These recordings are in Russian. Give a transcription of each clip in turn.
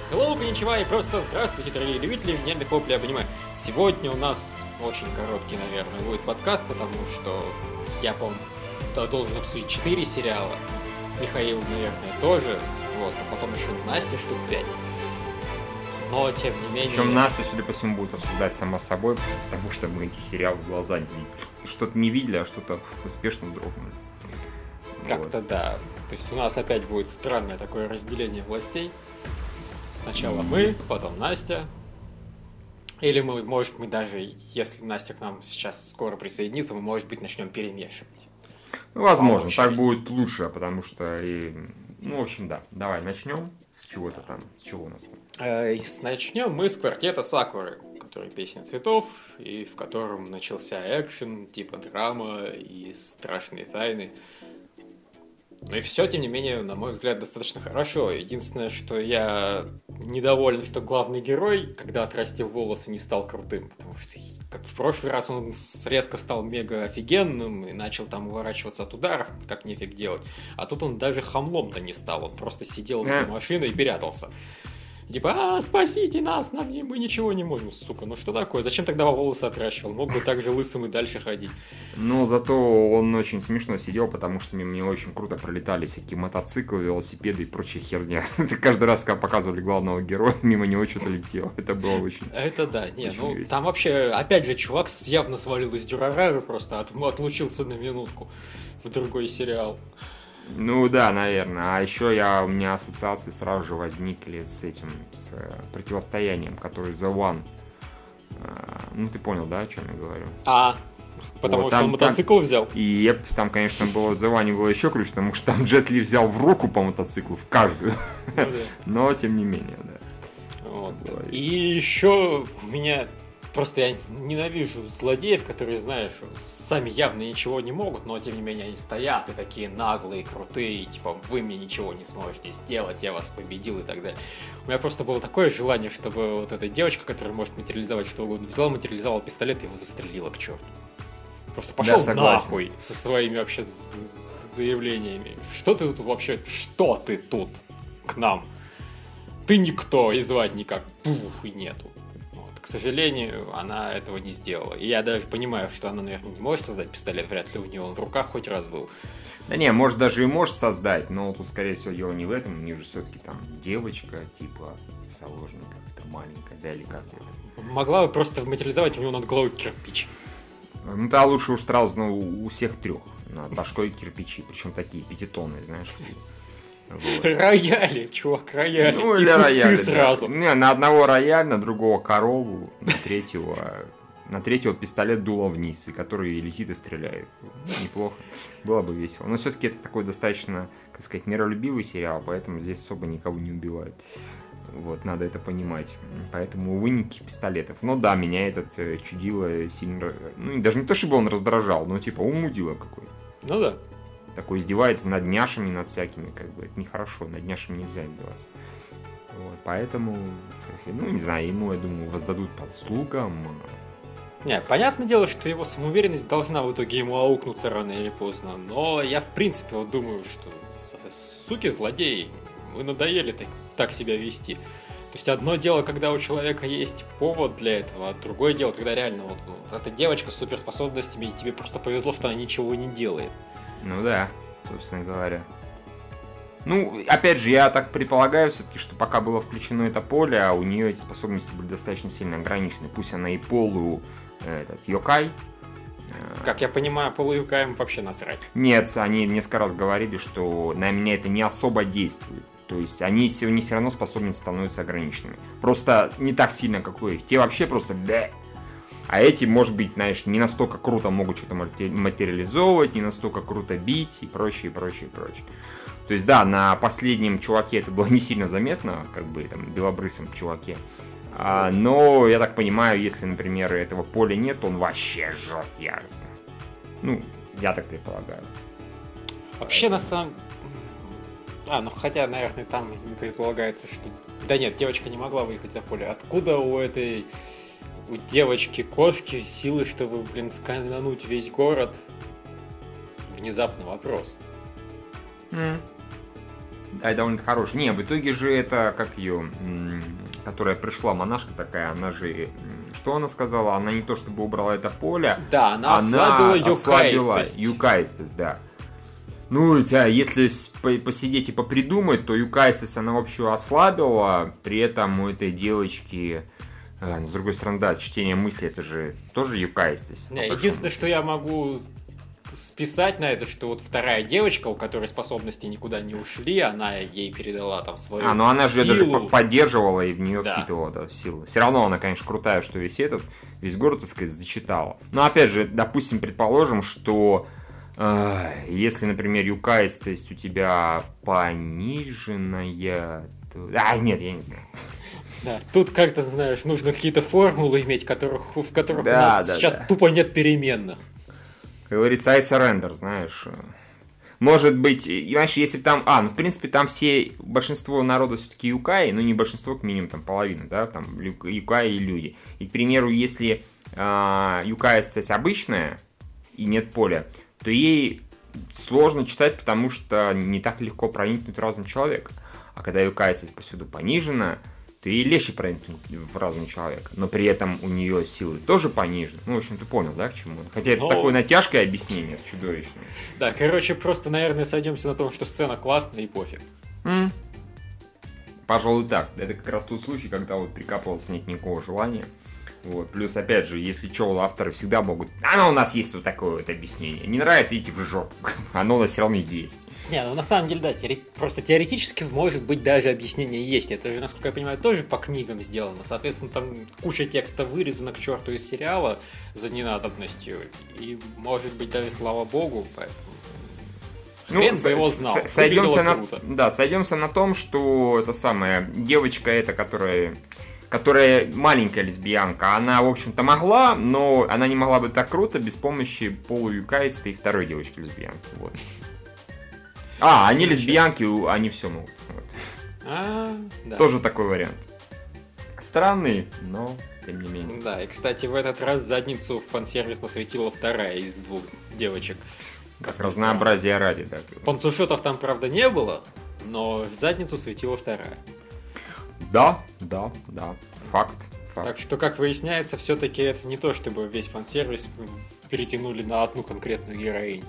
Hello, коничева и просто здравствуйте, дорогие любители гениальных воплей аниме. Сегодня у нас очень короткий, наверное, будет подкаст, потому что я, по-моему, должен обсудить 4 сериала. Михаил, наверное, тоже. Вот, а потом еще Настя штук 5. Но, тем не менее... Причем Настя, судя по всему, будет обсуждать сама собой, просто потому что мы этих сериалов в глаза не видели. Что-то не видели, а что-то успешно дрогнули. Как-то вот. Да. То есть у нас опять будет странное такое разделение властей. Сначала мы, потом Настя. Или мы, может, мы даже, если Настя к нам сейчас скоро присоединится, мы, может быть, начнем перемешивать. Возможно, так будет лучше, потому что... в общем, да. Давай начнем. С чего-то там. С чего у нас там? Начнем мы с квартета Сакуры, который «Песня цветов», и в котором начался экшен, типа драма и страшные тайны. Ну и все, тем не менее, на мой взгляд, достаточно хорошо. Единственное, что я недоволен, что главный герой, когда отрастил волосы, не стал крутым, потому что, как в прошлый раз, он резко стал мега офигенным и начал там уворачиваться от ударов, как нефиг делать. А тут он даже хамлом-то не стал, он просто сидел за машиной и прятался. Типа, спасите нас, мы ничего не можем, сука. Ну что такое? Зачем тогда волосы отращивал? Мог бы так же лысым и дальше ходить. Ну, зато он очень смешно сидел, потому что мимо него очень круто пролетали всякие мотоциклы, велосипеды и прочая херня. Каждый раз, когда показывали главного героя, мимо него что-то летело. Это было очень... Это да, не, очень ну весело. там вообще, опять же, чувак явно свалил из Дюрарары, просто отлучился на минутку в другой сериал. Ну да, наверное. А еще у меня ассоциации сразу же возникли с противостоянием, который The One. Ну ты понял, да, о чем я говорю? Потому вот, что он мотоцикл взял? И там, конечно, было The One было еще круче, потому что там Джет Ли взял в руку по мотоциклу, в каждую. Ну, да. Но, тем не менее, да. Вот. И еще у меня... Просто я ненавижу злодеев, которые, знаешь, сами явно ничего не могут, но тем не менее они стоят и такие наглые, крутые, типа, вы мне ничего не сможете сделать, я вас победил и так далее. У меня просто было такое желание, чтобы вот эта девочка, которая может материализовать что угодно, взяла, материализовала пистолет и его застрелила к черту. Просто пошел нахуй со своими вообще заявлениями. Что ты тут вообще, что ты тут к нам? Ты никто, и звать никак, пуф, и нету. К сожалению, она этого не сделала. И я даже понимаю, что она, наверное, не может создать пистолет, вряд ли у нее он в руках хоть раз был. Да не, может даже и может создать, но тут, скорее всего, дело не в этом. У нее же все-таки там девочка, типа, в заложниках, там маленькая, да, или как это. Могла бы просто материализовать у него над головой кирпич. Ну, да, лучше уж сразу у всех трех. Над башкой кирпичи, причем такие пятитонные, знаешь. Вот. Рояли, чувак, рояли. Ну, и или кусты рояли, сразу. Да. Не, на одного рояль, на другого корову, на третьего пистолет дуло вниз, и который летит и стреляет. Неплохо. Было бы весело. Но все-таки это такой достаточно, как сказать, миролюбивый сериал, поэтому здесь особо никого не убивают. Вот, надо это понимать. Поэтому, увы, никаких пистолетов. Но да, меня этот чудило сильно... Ну, даже не то, чтобы он раздражал, но типа умудило какой. Ну да. Такой издевается над няшами, над всякими, как бы, это нехорошо, над няшами нельзя издеваться. Вот, поэтому, ну, не знаю, ему, я думаю, воздадут по заслугам. Не, понятное дело, что его самоуверенность должна в итоге ему аукнуться рано или поздно, но я, в принципе, вот думаю, что, суки, злодеи, вы надоели так себя вести. То есть одно дело, когда у человека есть повод для этого, а другое дело, когда реально вот эта девочка с суперспособностями, и тебе просто повезло, что она ничего не делает. Ну да, собственно говоря. Ну, опять же, я так предполагаю все-таки, что пока было включено это поле, а у нее эти способности были достаточно сильно ограничены. Пусть она и йокай. Как я понимаю, полуюкаем вообще насрать. Нет, они несколько раз говорили, что на меня это не особо действует. То есть они все равно способности становятся ограниченными. Просто не так сильно, как у их. Те вообще просто... А эти, может быть, знаешь, не настолько круто могут что-то материализовывать, не настолько круто бить и прочее, прочее, прочее. То есть, да, на последнем чуваке это было не сильно заметно, как бы, там, белобрысом чуваке. Но, я так понимаю, если, например, этого поля нет, он вообще жжет яростно. Ну, я так предполагаю. Вообще, на самом... ну хотя, наверное, там не предполагается, что... Да нет, девочка не могла выехать за поле. Откуда у девочки-кошки силы, чтобы, сканануть весь город? Внезапно вопрос. Да, и довольно хороший. Не, в итоге же это, как ее, которая пришла, монашка такая, она же, что она сказала? Она не то чтобы убрала это поле, да, она ослабила юкаистость, да. Ну, если посидеть и попридумать, то юкаистость она вообще ослабила, при этом у этой девочки... но с другой стороны, да, чтение мысли, это же тоже юкаистость. Единственное, что я могу списать на это, что вот вторая девочка, у которой способности никуда не ушли, она ей передала там свою силу. Ну она же даже поддерживала и в нее впитывала, да, силу. Все равно она, конечно, крутая, что весь город, так сказать, зачитала. Но опять же, допустим, предположим, что если, например, юкаистость у тебя пониженная... нет, я не знаю. Да, тут как-то, знаешь, нужно какие-то формулы иметь, в которых у нас сейчас тупо нет переменных. Как говорится, I surrender, знаешь. Может быть, знаешь, если там... в принципе, там большинство народа все-таки юкаи, ну, не большинство, как минимум, там, половина, да, там, юкаи и люди. И, к примеру, если юкаистость обычная и нет поля, то ей сложно читать, потому что не так легко проникнуть в разум человека. А когда юкаистость повсюду понижена, то ей легче проникнуть в разум человека. Но при этом у нее силы тоже понижены. Ну, в общем, ты понял, да, к чему? Хотя это с такой натяжкой объяснение, чудовищное. Да, короче, просто, наверное, сойдемся на том, что сцена классная и пофиг. Пожалуй, так. Это как раз тот случай, когда вот прикапывался нет никакого желания. Вот. Плюс, опять же, если что, авторы всегда могут... у нас есть вот такое вот объяснение. Не нравится, идите в жопу. Оно у нас все равно есть. Не, ну на самом деле, да, просто теоретически, может быть, даже объяснение есть. Это же, насколько я понимаю, тоже по книгам сделано. Соответственно, там куча текста вырезана к черту из сериала за ненадобностью. И, может быть, даже слава богу, поэтому... Хрен бы его знал. Сойдемся на том, что это самая девочка эта, которая маленькая лесбиянка, она, в общем-то, могла, но она не могла бы так круто без помощи полуюкаистой и второй девочки-лесбиянки. Вот. Они лесбиянки, они все могут. Вот. Да. Тоже такой вариант. Странный, но тем не менее. Да, и, кстати, в этот раз задницу фан-сервисно светила вторая из двух девочек. Как разнообразие ради, да. Панцушотов там, правда, не было, но задницу светила вторая. Да. Факт. Так что, как выясняется, все-таки это не то, чтобы весь фан-сервис перетянули на одну конкретную героиню.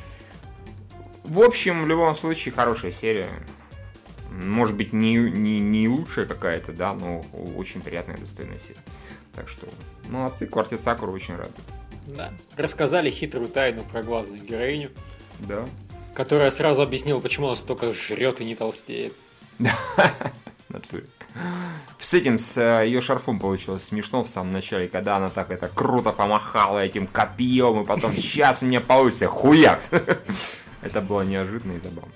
В общем, в любом случае, хорошая серия. Может быть, не лучшая какая-то, да, но очень приятная, достойная серия. Так что, молодцы, Квартет Сакуры очень рады. Да. Рассказали хитрую тайну про главную героиню. Да. Которая сразу объяснила, почему она столько жрет и не толстеет. Да, натуре. С ее шарфом получилось смешно в самом начале, когда она так это круто помахала этим копьем, и потом сейчас у меня получится хуякс. Это было неожиданно и забавно.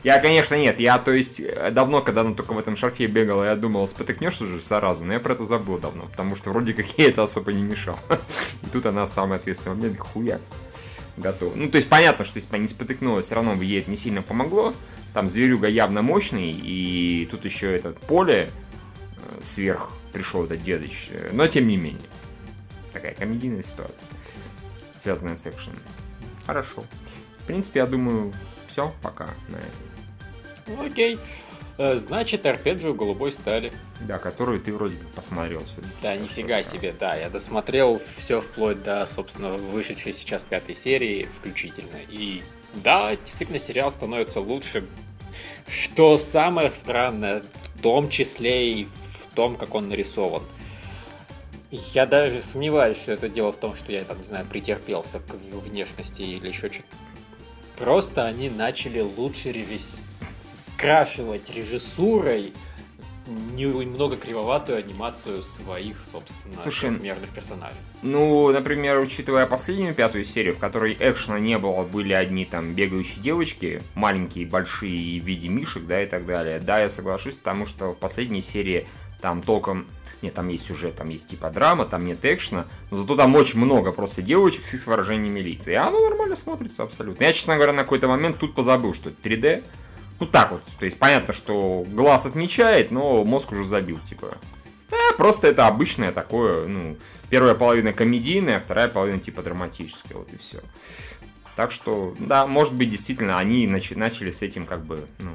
Давно, когда она только в этом шарфе бегала, я думал, спотыкнешься же сразу, но я про это забыл давно, потому что вроде как ей это особо не мешало. И тут она в самый ответственный момент хуякс. Готова. Ну, то есть понятно, что если бы она не спотыкнулась, все равно бы ей это не сильно помогло. Там зверюга явно мощный, и тут еще этот поле сверх пришел этот дедыч. Но тем не менее. Такая комедийная ситуация, связанная с экшеном. Хорошо. В принципе, я думаю, все, пока на этом. Окей. Значит, Арпеджио голубой стали. Да, которую ты вроде как посмотрел сюда. Да, нифига себе, да. Я досмотрел все вплоть до, собственно, вышедшей сейчас 5-й серии включительно. И да, действительно, сериал становится лучше. Что самое странное, в том числе и в том, как он нарисован. Я даже сомневаюсь, что это дело в том, что я там, не знаю, претерпелся к внешности или еще что-то. Просто они начали лучше скрашивать режиссурой немного кривоватую анимацию своих, собственно, мерных персонажей. Ну, например, учитывая последнюю 5-ю серию, в которой экшена не было, были одни там бегающие девочки, маленькие, большие в виде мишек, да, и так далее. Да, я соглашусь, потому что в последней серии там толком... Нет, там есть сюжет, там есть типа драма, там нет экшена, но зато там очень много просто девочек с их выражениями лиц. И оно нормально смотрится абсолютно. Я, честно говоря, на какой-то момент тут позабыл, что это 3D. Ну так вот, то есть понятно, что глаз отмечает, но мозг уже забил, типа. Просто это обычное такое, ну, первая половина комедийная, а вторая половина типа драматическая, вот и все. Так что, да, может быть, действительно, они начали с этим как бы, ну,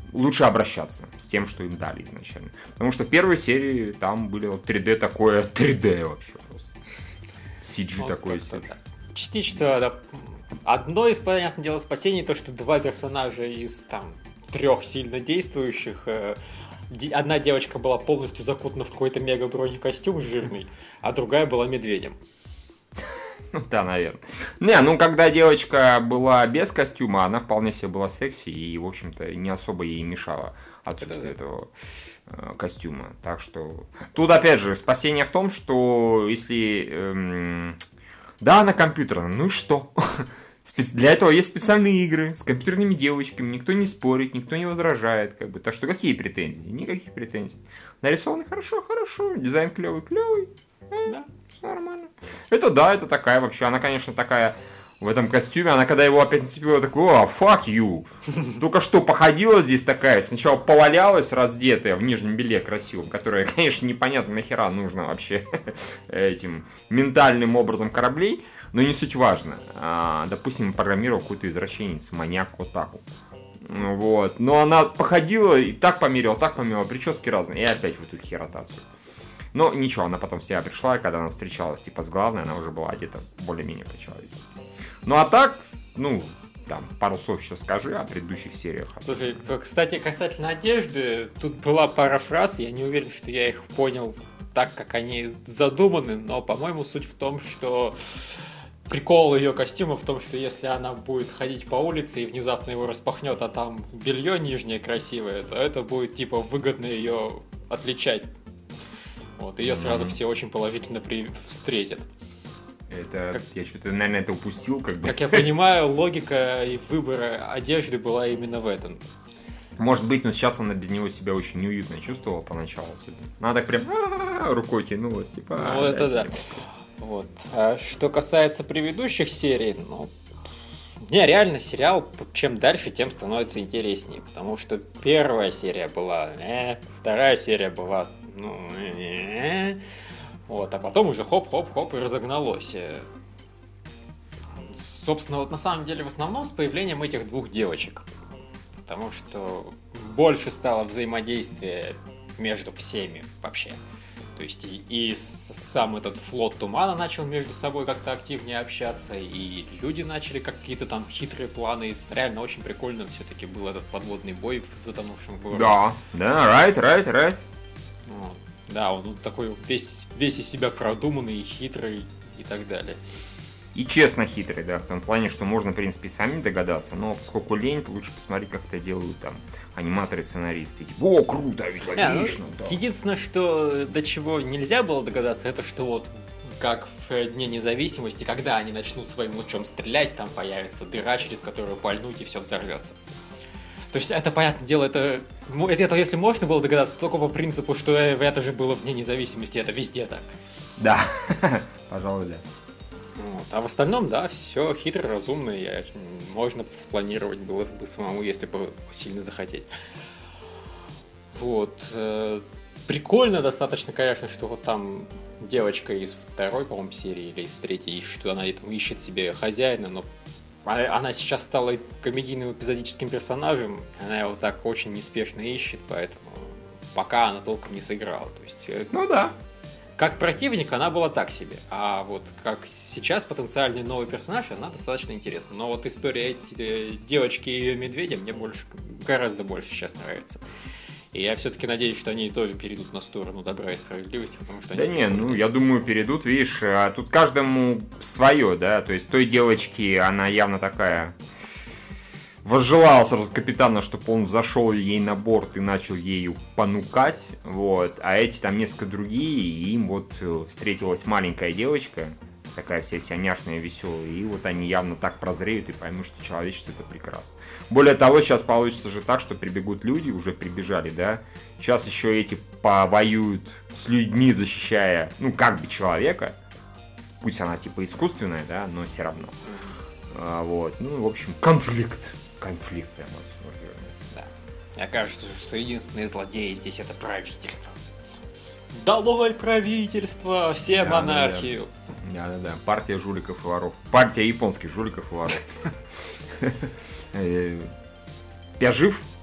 лучше обращаться с тем, что им дали изначально. Потому что в первой серии там были 3D такое, 3D вообще просто. CG вот такое CG. Да. Частично, да. Одно из, понятное дело, спасений, то, что два персонажа из там 3 сильно действующих, одна девочка была полностью закутана в какой-то мега бронекостюм жирный, а другая была медведем. Да, наверное. Не, ну когда девочка была без костюма, она вполне себе была секси и, в общем-то, не особо ей мешало отсутствие этого костюма. Так что тут, опять же, спасение в том, что если... да, она компьютерная, ну и что? Для этого есть специальные игры с компьютерными девочками, никто не спорит, никто не возражает, как бы. Так что какие претензии? Никаких претензий. Нарисовано хорошо, дизайн клевый, да, все нормально. Это да, это такая вообще, она, конечно, такая в этом костюме, она когда его опять нацепила, такой, fuck you. Только что походила здесь такая, сначала повалялась раздетая в нижнем белье красивом, которое, конечно, непонятно нахера нужно вообще этим ментальным образом кораблей. Но не суть важно. Допустим, программировал какой-то извращенец, маньяк, Отаку. Вот. Но она походила и так померила, прически разные. И опять в эту херотацию. Но ничего, она потом в себя пришла, и когда она встречалась типа с главной, она уже была где-то более-менее по-человечески. Ну а так, ну, там, пару слов сейчас скажи о предыдущих сериях. Слушай, кстати, касательно одежды, тут была пара фраз, я не уверен, что я их понял так, как они задуманы, но, по-моему, суть в том, что прикол ее костюма в том, что если она будет ходить по улице и внезапно его распахнет, а там белье нижнее красивое, то это будет типа выгодно ее отличать. Вот, ее сразу все очень положительно встретят. Это, я что-то, наверное, это упустил, как бы. Как я понимаю, логика и выбора одежды была именно в этом. Может быть, но сейчас она без него себя очень неуютно чувствовала поначалу. Она так прям рукой тянулась, типа. Ну, это да. Вот. А что касается предыдущих серий, ну, не, реально сериал, чем дальше, тем становится интереснее. Потому что первая серия была, вторая серия была, вот, а потом уже хоп-хоп-хоп и разогналось. Собственно, вот на самом деле в основном с появлением этих двух девочек. Потому что больше стало взаимодействия между всеми вообще. То есть и сам этот флот Тумана начал между собой как-то активнее общаться, и люди начали какие-то там хитрые планы. И реально очень прикольно все-таки был этот подводный бой в затонувшем городе. Да, right. Вот. Да, он такой весь из себя продуманный, хитрый и так далее. И честно хитрый, да, в том плане, что можно, в принципе, сами догадаться, но поскольку лень, то лучше посмотреть, как это делают там аниматоры, сценаристы. Типа, о, круто, ведь логично. Да. Единственное, что до чего нельзя было догадаться, это что вот как в Дне независимости, когда они начнут своим лучом стрелять, там появится дыра, через которую пальнуть, и все взорвется. То есть это, понятное дело, это если можно было догадаться, только по принципу, что это же было в Дне независимости, это везде так. Да, пожалуй, да. Вот. А в остальном, да, все хитро, разумно, и можно спланировать было бы самому, если бы сильно захотеть. Вот. Прикольно достаточно, конечно, что вот там девочка из второй, по-моему, серии или из третьей, что она там ищет себе хозяина, но она сейчас стала комедийным эпизодическим персонажем, она его так очень неспешно ищет, поэтому пока она толком не сыграла. То есть, ну да. Как противник она была так себе, а вот как сейчас потенциальный новый персонаж, она достаточно интересна. Но вот история девочки и ее медведя мне гораздо больше сейчас нравится. И я все-таки надеюсь, что они тоже перейдут на сторону добра и справедливости, потому что... Да не, ну я думаю, перейдут, видишь, а тут каждому свое, да, то есть той девочке она явно такая... Возжелал сразу капитана, чтобы он взошел ей на борт и начал ею понукать, вот, а эти там несколько другие, и им вот встретилась маленькая девочка, такая вся няшная, веселая, и вот они явно так прозреют и поймут, что человечество это прекрасно. Более того, сейчас получится же так, что прибегут люди, уже прибежали, да, сейчас еще эти повоюют с людьми, защищая, ну, как бы человека, пусть она типа искусственная, да, но все равно. Вот, ну, в общем, конфликт прямо развернулся. Да. Мне кажется, что единственные злодеи здесь это правительство. Долой правительство, все монархию. Да. Партия жуликов и воров. Партия японских жуликов и воров. Я жив?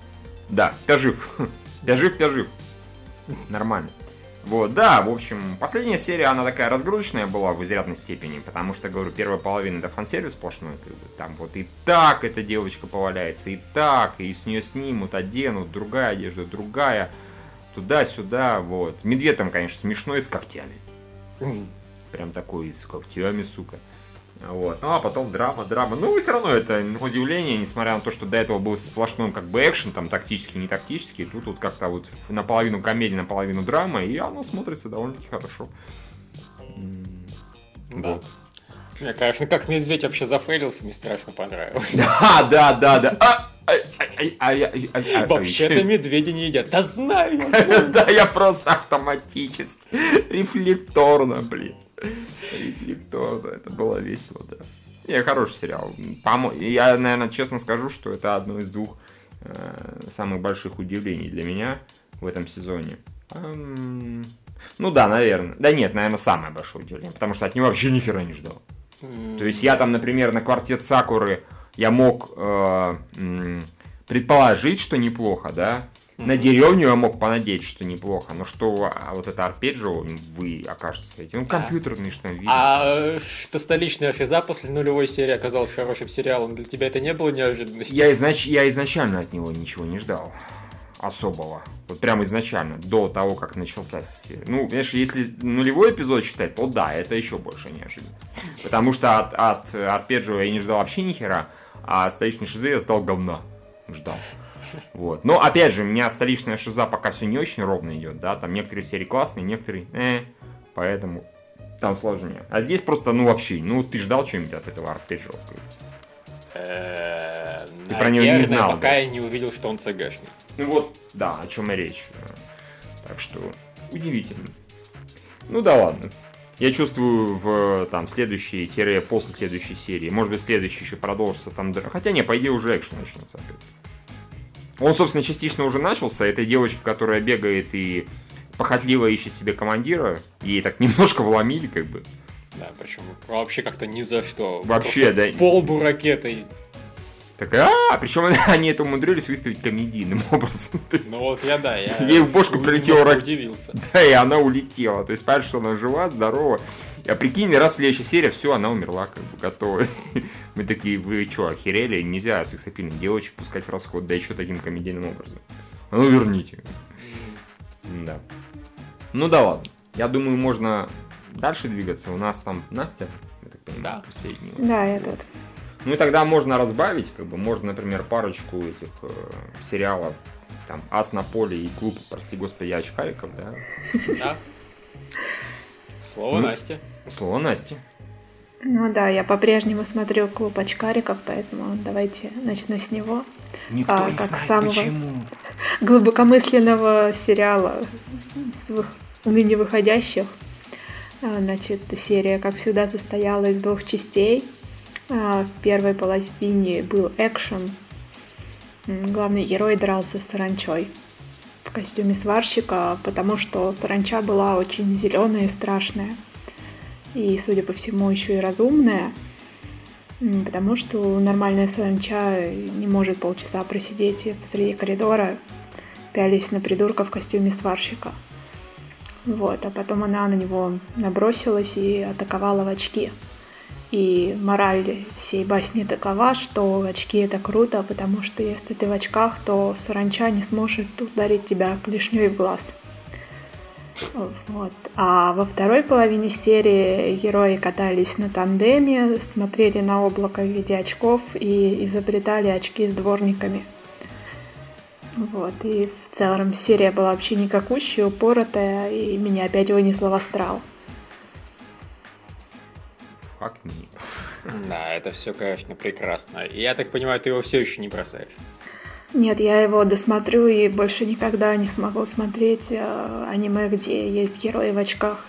Да, я жив. Я жив. Нормально. Вот, да, в общем, последняя серия, она такая разгрузочная была в изрядной степени, потому что, говорю, первая половина это фан-сервис сплошной, как бы, там вот и так эта девочка поваляется, и так, и с нее снимут, оденут, другая одежда, другая, туда-сюда, вот. Медведь там, конечно, смешной, с когтями. Прям такой, с когтями, сука. Вот. Ну, а потом драма. Ну, и все равно это удивление, несмотря на то, что до этого был сплошной как бы экшен, там, тактический, не тактический. Тут вот как-то вот наполовину комедия, наполовину драма, и оно смотрится довольно-таки хорошо. Да. Вот. Мне, конечно, как медведь вообще зафейлился, мне страшно понравилось. Да. Вообще-то медведи не едят. Да знаю. Да, я просто автоматически. Рефлекторно, блин. Рефлекторно. Это было весело, да. Не, хороший сериал. Я, наверное, честно скажу, что это одно из двух самых больших удивлений для меня в этом сезоне. Ну да, наверное. Да нет, наверное, самое большое удивление, потому что от него вообще ни хера не ждал. То есть я там, например, на «Квартет Сакуры» я мог предположить, что неплохо, да. На «Деревню» я мог понадеяться, что неплохо, но что вот это арпеджио вы окажется этим. Ну, компьютерный, что там видно. А что «Столичная шиза» после нулевой серии оказалась хорошим сериалом, для тебя это не было неожиданностью? Я изначально от него ничего не ждал. Особого. Вот прямо изначально, до того, как начался серия. Ну, конечно, если нулевой эпизод считать, то да, это еще больше неожиданность. Потому что от арпеджио я не ждал вообще ни хера, а «Столичной шизы» я ждал говна. Ждал. Вот. Но, опять же, у меня «Столичная шиза» пока все не очень ровно идет, да, там некоторые серии классные, некоторые поэтому там сложнее. А здесь просто, ну, вообще, ну, ты ждал что-нибудь от этого арпеджио? Ты про него не знал, пока я не увидел, что он ЦГшный. Ну вот, да, о чем и речь. Так что, удивительно. Ну да ладно. Я чувствую в там следующей, после следующей серии, может быть, следующий еще продолжится там. Хотя не, по идее уже экшен начнется опять. Он, собственно, частично уже начался. Это девочка, которая бегает и похотливо ищет себе командира. Ей так немножко вломили, как бы. Да, причем вообще как-то ни за что. Вообще, да. Полбу ракетой. Такая, причем они это умудрились выставить комедийным образом. Есть, ну вот я ей в бошку прилетела ракета. Удивился. Да, и она улетела. То есть, понятно, что она жива, здорова. А прикинь, раз следующая серия, все, она умерла, как бы готова. Мы такие, вы что, охерели? Нельзя сексапильных девочек пускать в расход, да еще таким комедийным образом. А ну верните. Да. Ну да ладно. Я думаю, можно дальше двигаться. У нас там Настя, я так понимаю, последняя. Да, я тут. Ну и тогда можно разбавить, как бы, можно, например, парочку этих сериалов, там, «Ас на поле» и «Клуб, прости господи, очкариков», да? Да. Слово Насте. Слово Насте. Ну да, я по-прежнему смотрю «Клуб очкариков», поэтому давайте начну с него. Никто не знает, самого почему. Глубокомысленного сериала ныне выходящих. Значит, серия, как всегда, состояла из 2 частей. В первой половине был экшен. Главный герой дрался с саранчой в костюме сварщика, потому что саранча была очень зеленая и страшная. И, судя по всему, еще и разумная, потому что нормальная саранча не может полчаса просидеть посреди коридора, пялись на придурка в костюме сварщика. Вот, а потом она на него набросилась и атаковала в очки. И мораль всей басни такова, что очки это круто, потому что если ты в очках, то саранча не сможет ударить тебя клешней в глаз. Вот. А во второй половине серии герои катались на тандеме, смотрели на облако в виде очков и изобретали очки с дворниками. Вот. И в целом серия была вообще никакущая, упоротая, и меня опять вынесло в астрал. Да, это все, конечно, прекрасно. И я так понимаю, ты его все еще не бросаешь. Нет, я его досмотрю и больше никогда не смогу смотреть аниме, где есть герои в очках.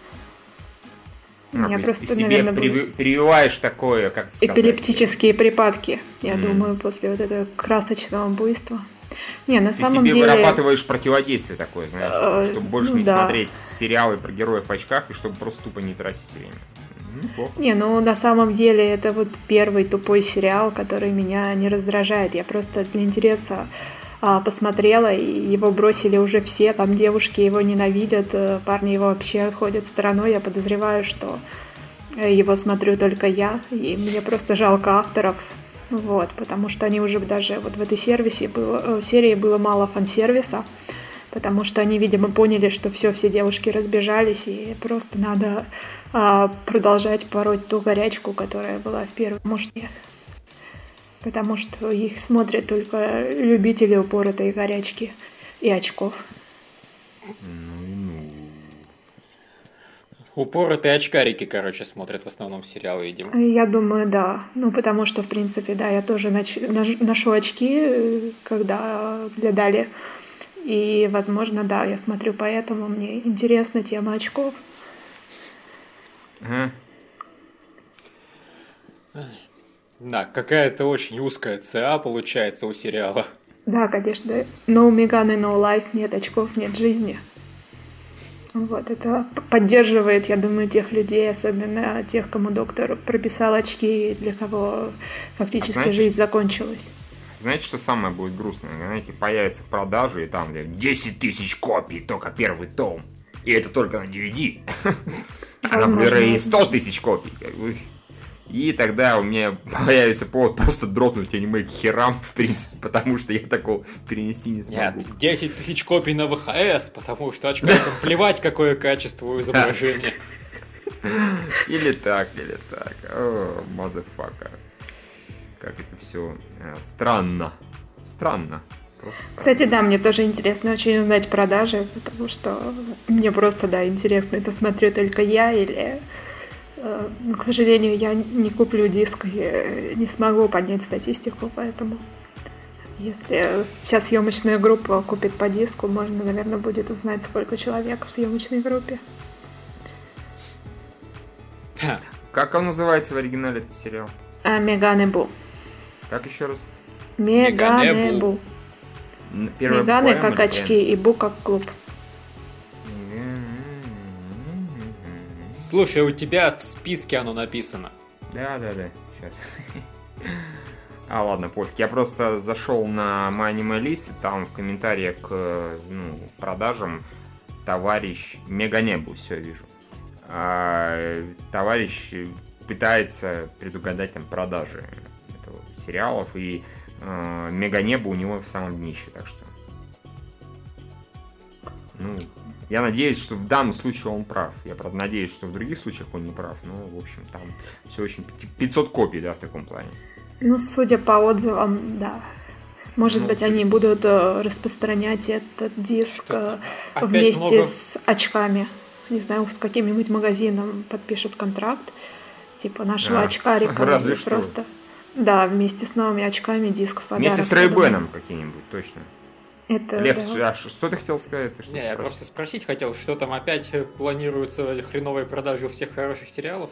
Я просто, ты себе прививаешь такое, как сказать, эпилептические припадки, я думаю, после вот этого красочного буйства. Не, на самом деле... Ты себе вырабатываешь противодействие такое, знаешь, чтобы больше не смотреть сериалы про героев в очках и чтобы просто тупо не тратить время. Неплохо. Не, ну на самом деле это вот первый тупой сериал, который меня не раздражает. Я просто для интереса посмотрела, и его бросили уже все, там девушки его ненавидят, парни его вообще ходят стороной. Я подозреваю, что его смотрю только я, и мне просто жалко авторов, вот, потому что они уже даже вот в этой серии было мало фан-сервиса, потому что они, видимо, поняли, что все девушки разбежались, и просто надо продолжать пороть ту горячку, которая была в первом мужке. Потому что их смотрят только любители упоротой горячки и очков. Упоротые очкарики, короче, смотрят в основном сериалы, видимо. Я думаю, да. Ну, потому что, в принципе, да, я тоже ношу очки, когда глядали. И, возможно, да, я смотрю поэтому, мне интересна тема очков. Да, какая-то очень узкая ЦА получается у сериала. Да, конечно. No Megane, no life, нет очков, нет жизни. Вот, это поддерживает, я думаю, тех людей, особенно тех, кому доктор прописал очки, для кого фактически жизнь закончилась. Знаете, что самое будет грустное? Знаете, появится в продаже, и там 10 тысяч копий, только первый том. И это только на DVD. А на Blu-ray 100 тысяч копий. И тогда у меня появится повод просто дропнуть аниме к херам, в принципе, потому что я такого перенести не смогу. Нет, 10 тысяч копий на ВХС, потому что очкарикам плевать, какое качество у изображения. Или так. О, motherfucker. Как это все странно. Странно. Кстати, да, мне тоже интересно очень узнать продажи, потому что мне просто, да, интересно, это смотрю только я или... Но, к сожалению, я не куплю диск и не смогу поднять статистику, поэтому если вся съемочная группа купит по диску, можно, наверное, будет узнать, сколько человек в съемочной группе. Как он называется в оригинале, этот сериал? Мегане Бу. Как еще раз? Мегане Бу. Мегане как очки и Бу как клуб. Слушай, у тебя в списке оно написано. Да, сейчас. Ладно, пофиг. Я просто зашел на MyAnimeList, там в комментариях к продажам товарищ Меганебу, все вижу. Товарищ пытается предугадать там продажи этого сериалов, и Меганебу у него в самом днище, так что... Я надеюсь, что в данном случае он прав. Я, правда, надеюсь, что в других случаях он не прав. В общем, там все очень... 500 копий, да, в таком плане. Судя по отзывам, да. Может быть, они будут распространять этот диск вместе с очками. Не знаю, с каким-нибудь магазином подпишут контракт. Типа нашего очкарика. Разве просто... Да, вместе с новыми очками диск в подарок. Вместе с Рэй-Беном какие-нибудь, точно. Это, Лев, да. Что ты хотел сказать? Я просто спросить хотел, что там опять планируется хреновые продажи у всех хороших сериалов?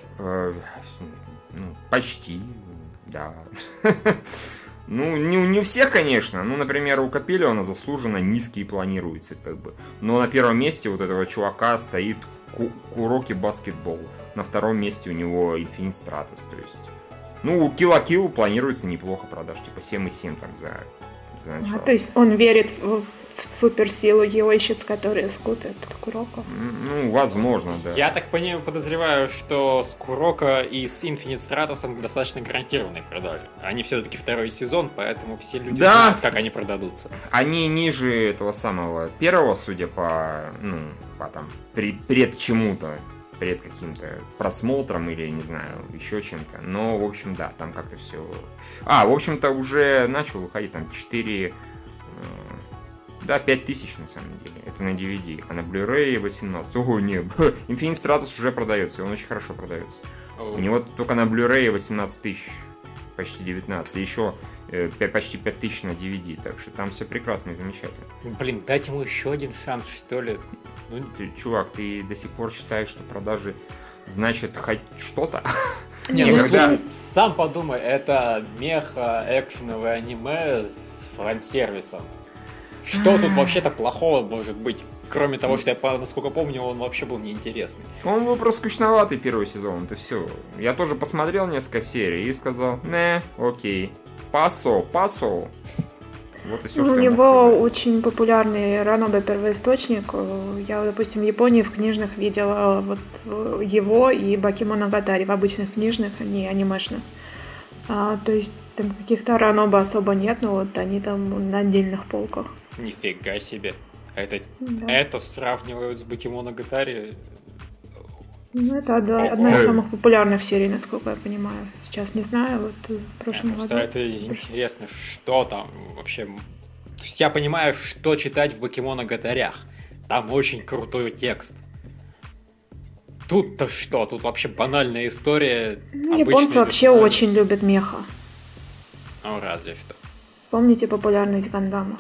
Почти, да. Не у всех, конечно. Например, у Капеллиона заслуженно низкие планируется, как бы. Но на первом месте вот этого чувака стоит Куроки Баскетбол. На втором месте у него Infinite Stratos, то есть... у Kill la Kill планируется неплохо продаж, типа 7,7 там за начало. То есть он верит в суперсилу Йойщиц, которые скупят Куроко? Возможно, да. Я так подозреваю, что с Куроко и с Infinite Stratos достаточно гарантированные продажи. Они все-таки второй сезон, поэтому все люди знают, как они продадутся. Они ниже этого самого первого, судя по там, пред чему-то. Перед каким-то просмотром или, не знаю, еще чем-то. Но, в общем, да, там как-то все... в общем-то, уже начал выходить там 4... 5 тысяч, на самом деле. Это на DVD. А на Blu-ray 18. Ого, нет. Infinite Stratos уже продается, и он очень хорошо продается. У него только на Blu-ray 18 тысяч. Почти 19. И еще почти 5 тысяч на DVD. Так что там все прекрасно и замечательно. Блин, дать ему еще один шанс, что ли? Чувак, ты до сих пор считаешь, что продажи значит хоть что-то? Сам подумай, это меха-экшеновое аниме с фан-сервисом. Что тут вообще-то плохого может быть? Кроме того, что я, насколько помню, он вообще был неинтересный. Он был просто скучноватый первый сезон, это все. Я тоже посмотрел несколько серий и сказал, окей, пасо. Вот и все, У что я мог него сказать. очень популярный ранобэ первоисточник. Я, допустим, в Японии в книжных видела вот его и Бакемоногатари в обычных книжных, а не анимешных. То есть там каких-то ранобэ особо нет, но вот они там на отдельных полках. Нифига себе. Это, Да. это сравнивают с Бакемоногатари. Ну, это одна из самых популярных серий, насколько я понимаю. Сейчас не знаю, вот в прошлом году. Просто это интересно, что там вообще. То есть я понимаю, что читать в Бакемоногатарях. Там очень крутой текст. Тут-то что? Тут вообще банальная история. Ну, японцы вообще очень любят меха. Ну, разве что. Помните популярность гандамов?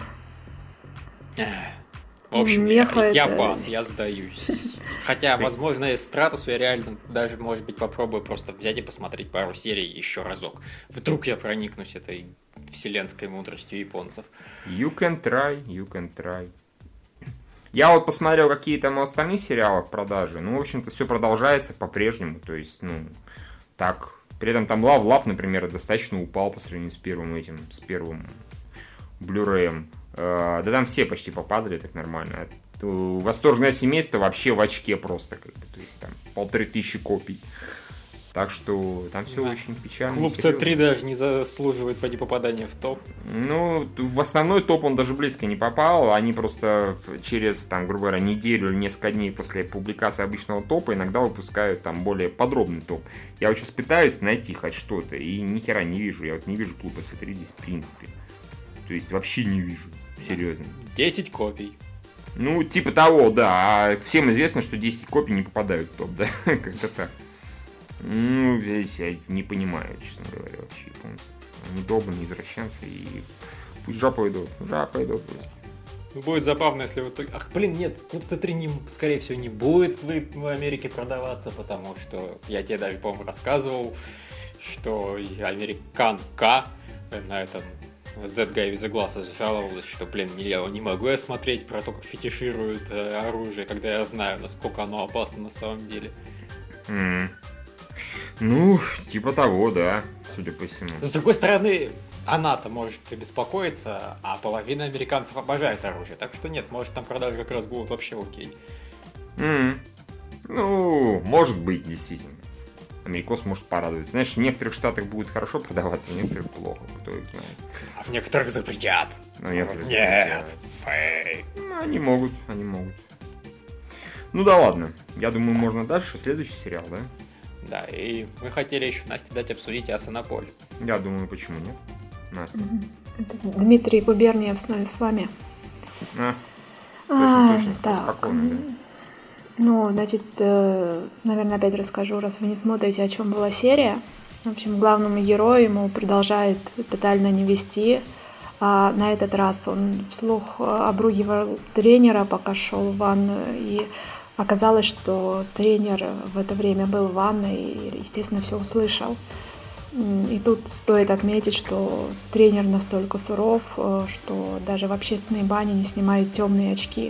В общем, Меха я это- пас, я сдаюсь. Хотя, возможно, из Стратусу я реально даже, может быть, попробую просто взять и посмотреть пару серий еще разок. Вдруг я проникнусь этой вселенской мудростью японцев. You can try. Я вот посмотрел какие там остальные сериалы в продаже. Ну, в общем-то, все продолжается по-прежнему. То есть, ну, так. При этом там Love Lab, например, достаточно упал по сравнению с первым Blu-ray. Да там все почти попадали так нормально. Восторженное семейство вообще в очке просто. Как бы, то есть там 1500 копий. Так что там все Да. очень печально. Клуб и серьезно. С3 даже не заслуживает поди попадания в топ. Ну, в основной топ он даже близко не попал. Они просто через, там, грубо говоря, неделю или несколько дней после публикации обычного топа иногда выпускают там более подробный топ. Я вот сейчас пытаюсь найти хоть что-то, и ни хера не вижу. Я вот не вижу клуба С3 здесь в принципе. То есть вообще не вижу. Серьезно. 10 копий. Ну, типа того, да. А всем известно, что 10 копий не попадают в топ, да? Как-то так. Ну, здесь я не понимаю, честно говоря, вообще японцев. Они долбанные извращенцы, и пусть жопу идут. Жопу идут пусть. Будет забавно, если вот... Ах, блин, нет, Клуб С3, скорее всего, не будет в Америке продаваться, потому что я тебе даже, по-моему, рассказывал, что американка на этом Z-Guy with the Glasses жаловалась, что, блин, не могу я смотреть про то, как фетишируют оружие, когда я знаю, насколько оно опасно на самом деле. Ну, типа того, да, судя по всему. С другой стороны, она-то может и беспокоиться, а половина американцев обожает оружие, так что нет, может там продажи как раз будут вообще окей. Ну, может быть, действительно. Америкос может порадоваться. Знаешь, в некоторых штатах будет хорошо продаваться, в некоторых плохо, кто их знает. А в некоторых запретят. Ну, некоторых Нет, запретят. фейк. Ну, они могут. Ну да ладно. Я думаю, можно дальше. Следующий сериал, да? Да, и мы хотели еще Насте дать обсудить Асанополь. Я думаю, почему нет? Настя. Это Дмитрий Губерниев с вами. Точно, Так. спокойно, да. Ну, значит, наверное, опять расскажу, раз вы не смотрите, о чем была серия. В общем, главному герою ему продолжает тотально не вести. А на этот раз он вслух обругивал тренера, пока шел в ванную, и оказалось, что тренер в это время был в ванной и, естественно, все услышал. И тут стоит отметить, что тренер настолько суров, что даже в общественной бане не снимает темные очки.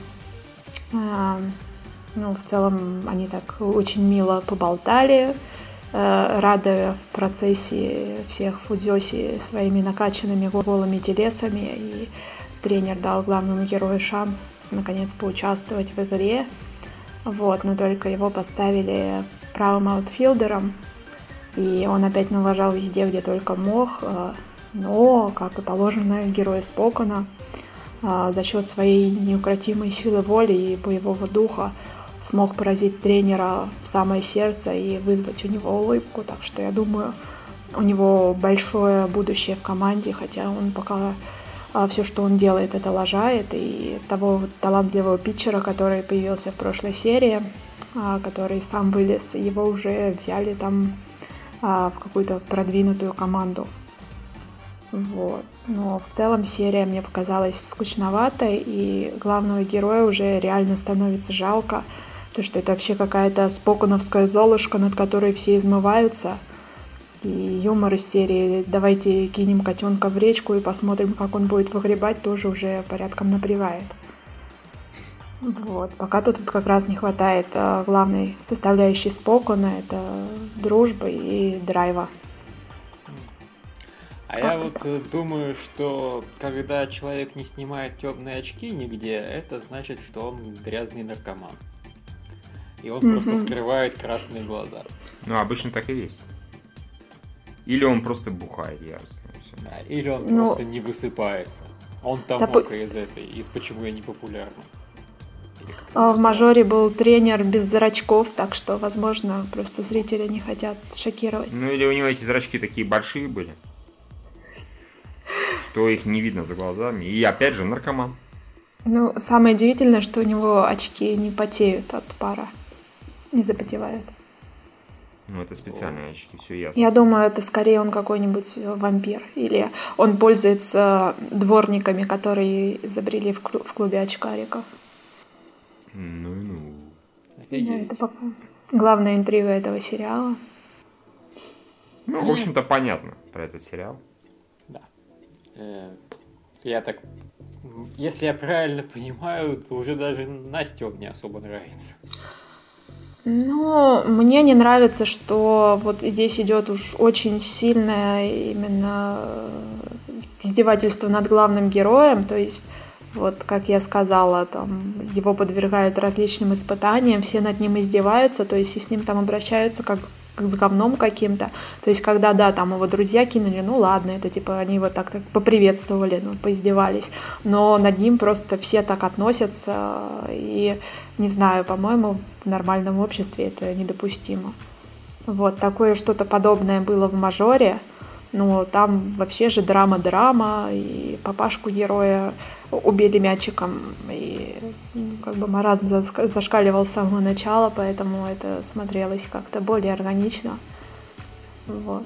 Ну, в целом, они так очень мило поболтали, радуя в процессе всех фудзёси своими накачанными голыми телесами. И тренер дал главному герою шанс, наконец, поучаствовать в игре. Вот, но только его поставили правым аутфилдером, и он опять налажал везде, где только мог. Но, как и положено герою Спокона, за счет своей неукротимой силы воли и боевого духа смог поразить тренера в самое сердце и вызвать у него улыбку. Так что я думаю, у него большое будущее в команде, хотя он пока все, что он делает, это лажает. И того вот талантливого питчера, который появился в прошлой серии, который сам вылез, его уже взяли там в какую-то продвинутую команду. Вот. Но в целом серия мне показалась скучноватой, и главного героя уже реально становится жалко, потому что это вообще какая-то споконовская золушка, над которой все измываются. И юмор из серии «давайте кинем котенка в речку и посмотрим, как он будет выгребать», тоже уже порядком напрягает. Вот. Пока тут вот как раз не хватает главной составляющей Спокона, это дружбы и драйва. А я вот думаю, что когда человек не снимает темные очки нигде, это значит, что он грязный наркоман. И он просто скрывает красные глаза. Ну, обычно так и есть. Или он просто бухает яростно. Да, или он просто не высыпается. Он там из «Почему я не популярна». В «Мажоре» был тренер без зрачков, так что, возможно, просто зрители не хотят шокировать. Ну, или у него эти зрачки такие большие были, что их не видно за глазами. И опять же, наркоман. Ну, самое удивительное, что у него очки не потеют от пара. Не запотевают. Ну, это специальные очки, все ясно. Я думаю, это скорее он какой-нибудь вампир. Или он пользуется дворниками, которые изобрели в клубе очкариков. Ну. Это пока главная интрига этого сериала. Ну, в общем-то, понятно про этот сериал. Да. Если я правильно понимаю, то уже даже Насте он не особо нравится. Ну, мне не нравится, что вот здесь идет уж очень сильное именно издевательство над главным героем, то есть вот, как я сказала, там, его подвергают различным испытаниям, все над ним издеваются, то есть и с ним там обращаются как с говном каким-то. То есть, когда, да, там его друзья кинули, ну ладно, это типа они его так поприветствовали, ну, поиздевались. Но над ним просто все так относятся, и, не знаю, по-моему, в нормальном обществе это недопустимо. Вот, такое что-то подобное было в «Мажоре». Ну, там вообще же драма, и папашку героя убили мячиком, и как бы маразм зашкаливал с самого начала, поэтому это смотрелось как-то более органично. Вот.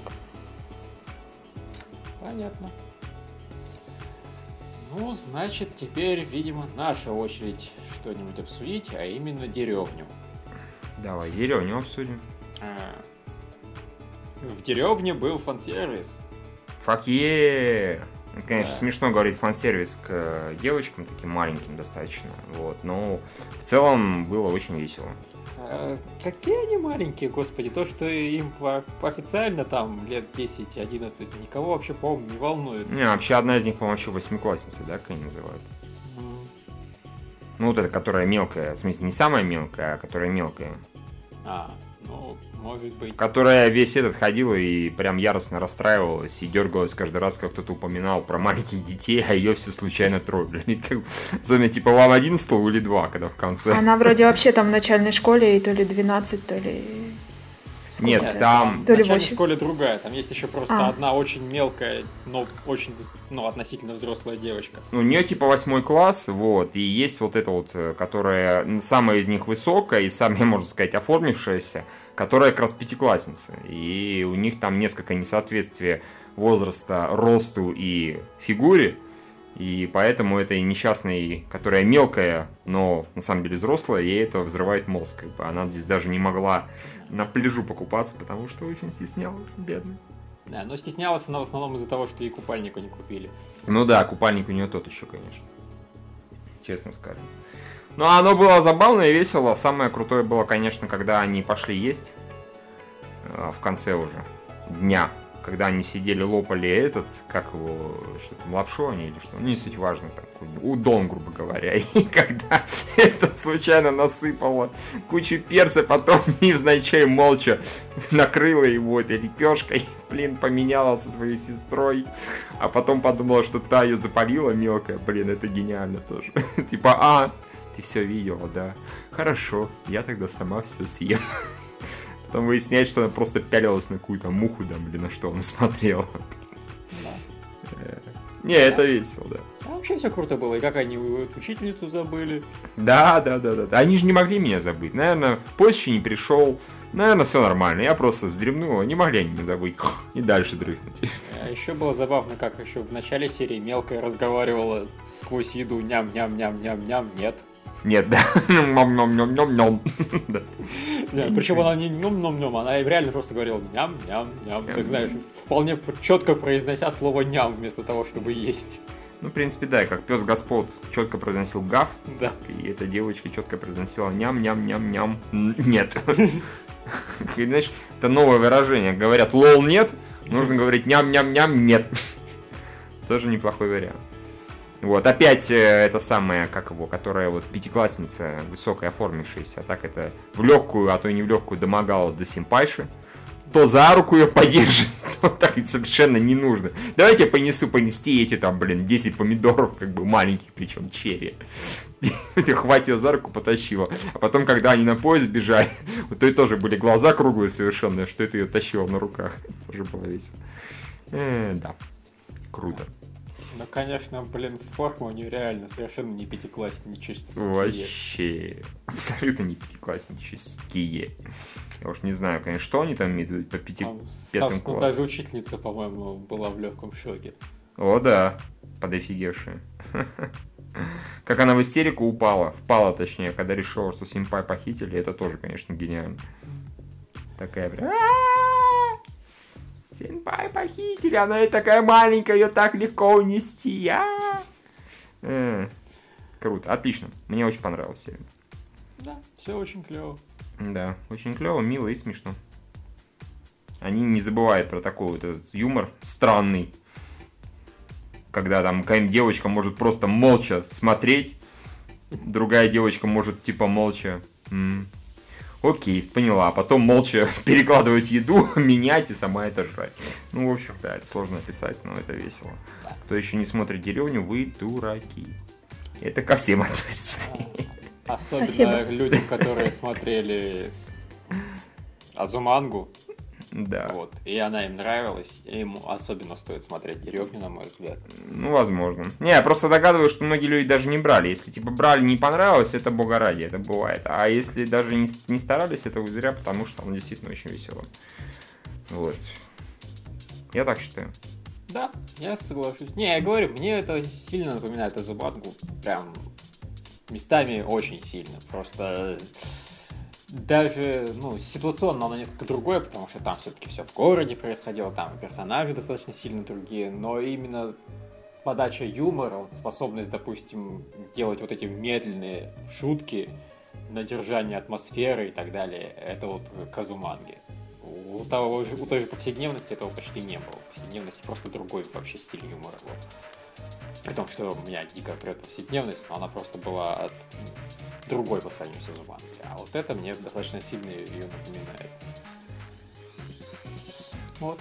Понятно. Ну, значит, теперь, видимо, наша очередь что-нибудь обсудить, а именно деревню. Давай, деревню обсудим. В деревне был фан-сервис. Fuck yeah! Это, конечно, смешно говорить фан-сервис к девочкам, таким маленьким достаточно. Вот, но в целом было очень весело. Какие они маленькие, господи, то, что им официально там лет 10-11, никого вообще, по-моему, не волнует. Не, вообще одна из них, по-моему, вообще восьмиклассница, да, как они называют? Ну, вот эта, которая мелкая, в смысле, не самая мелкая, а которая мелкая. Ну, может быть. Которая весь этот ходила и прям яростно расстраивалась и дергалась каждый раз, как кто-то упоминал про маленьких детей, а ее все случайно трогали. Особенно, типа, вам 1 стол или 2, когда в конце. Она вроде вообще там в начальной школе и то ли 12, то ли... Нет, там... В начальной школе другая. Там есть еще просто одна очень мелкая, но очень, относительно взрослая девочка. У нее типа 8 класс, вот, и есть вот эта вот, которая самая из них высокая и самая, можно сказать, оформившаяся, которая как раз 5-классница. И у них там несколько несоответствия возраста, росту и фигуре. И поэтому этой несчастной, которая мелкая, но на самом деле взрослая, ей это взрывает мозг. Она здесь даже не могла на пляжу покупаться, потому что очень стеснялась, бедная. Да, но стеснялась она в основном из-за того, что ей купальника не купили. Ну да, купальник у нее тот еще, конечно. Честно скажем. Но оно было забавно и весело. Самое крутое было, конечно, когда они пошли есть в конце уже дня. Когда они сидели, лопали как его, что там, лапшу они или что, не суть важно, такой удон, грубо говоря. И когда это случайно насыпало кучу перца, потом невзначай молча накрыла его этой лепешкой, поменяла со своей сестрой, а потом подумала, что та ее запалила мелкая, это гениально тоже. Типа, ты все видела, да? Хорошо, я тогда сама все съем. Потом выясняется, что она просто пялилась на какую-то муху, на что она смотрела. Да. Не, это весело, да. Вообще все круто было, и как они учительницу забыли. Да. Они же не могли меня забыть. Наверное, поезд еще не пришел. Наверное, все нормально. Я просто вздремнул, не могли они меня забыть. И дальше дрыхнуть. А еще было забавно, как еще в начале серии мелкая разговаривала сквозь еду ням-ням-ням-ням-ням, нет. Нет, да. Ням-ням-ням-ням-ням. Причем она не ням-ням-ням, она реально просто говорила ням-ням-ням. Так знаешь, вполне четко произнося слово ням вместо того, чтобы есть. Ну, в принципе, да, как пес Господ четко произносил гав, да. И эта девочка четко произносила ням-ням-ням-ням. Нет. Знаешь, это новое выражение. Говорят лол нет, нужно говорить ням-ням-ням нет. Тоже неплохой вариант. Вот, опять это самое, как его, которая вот пятиклассница, высокая, оформившаяся, а так это в легкую, а то и не в легкую домогала до симпайши. То за руку ее подержит, то так совершенно не нужно. Давайте я понести эти там, 10 помидоров, как бы маленьких, причем черри. Ты хватит ее за руку, потащила. А потом, когда они на поезд бежали, у той тоже были глаза круглые совершенно, что это ее тащила на руках. Тоже было весело. Да, круто. Ну, конечно, форма у нее реально совершенно не пятикласснические. Вообще, абсолютно не пятикласснические. Я уж не знаю, конечно, что они там имеют по пятым классам. Даже учительница, по-моему, была в легком шоке. О, да, подофигевшая. Как она в истерику впала, точнее, когда решила, что симпай похитили, это тоже, конечно, гениально. Такая прям... Симпай похитили, она и такая маленькая, ее так легко унести. Круто, отлично. Мне очень понравилась серия. Да, все очень клево. Да, очень клево, мило и смешно. Они не забывают про такой вот этот юмор странный. Когда там какая-нибудь девочка может просто молча смотреть, другая девочка может типа молча... Окей, поняла. Потом молча перекладывать еду, менять и сама это жрать. Ну, в общем, да, это сложно описать, но это весело. Кто еще не смотрит «Деревню», вы дураки. Это ко всем относится. Особенно людям, которые смотрели Азумангу. Да. Вот. И она им нравилась. И им особенно стоит смотреть «Деревню», на мой взгляд. Ну, возможно. Не, я просто догадываюсь, что многие люди даже не брали. Если, типа, брали, не понравилось, это бога ради, это бывает. А если даже не старались, это вы зря, потому что он действительно очень весело. Вот. Я так считаю. Да, я соглашусь. Не, я говорю, мне это сильно напоминает Азумангу. Прям местами очень сильно. Просто... Даже, ситуационно оно несколько другое, потому что там все-таки все в городе происходило, там персонажи достаточно сильно другие, но именно подача юмора, способность, допустим, делать вот эти медленные шутки на держание атмосферы и так далее, это вот к Азуманге. У той же повседневности этого почти не было. В повседневности просто другой вообще стиль юмора был. При том, что меня дико прет повседневность, но она просто была другой по сравнению с Азумангой. А вот это мне достаточно сильно ее напоминает. Вот.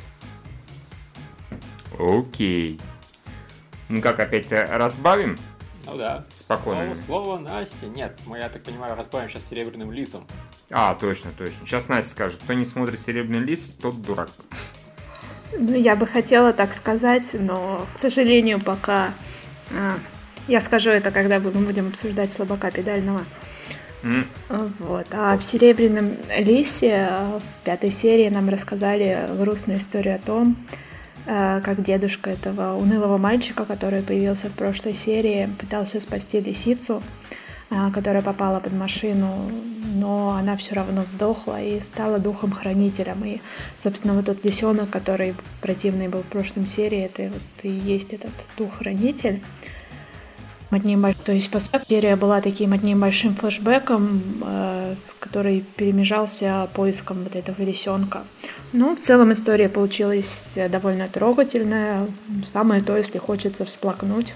Окей. Ну как, опять разбавим? Ну да. Спокойно. Слово Насте. Нет, мы, я так понимаю, разбавим сейчас Серебряным лисом. Точно. Сейчас Настя скажет. Кто не смотрит «Серебряный лис», тот дурак. Ну, я бы хотела так сказать, но, к сожалению, пока... Я скажу это, когда мы будем обсуждать «Слабака педального». Вот. А в «Серебряном лисе» в 5-й серии нам рассказали грустную историю о том, как дедушка этого унылого мальчика, который появился в прошлой серии, пытался спасти лисицу, которая попала под машину, но она все равно сдохла и стала духом-хранителем. И, собственно, вот тот лисенок, который противный был в прошлой серии, это вот и есть этот дух-хранитель. То есть, по сути, серия была таким одним большим флешбеком, который перемежался поиском вот этого лисенка. Ну, в целом история получилась довольно трогательная. Самое то, если хочется всплакнуть.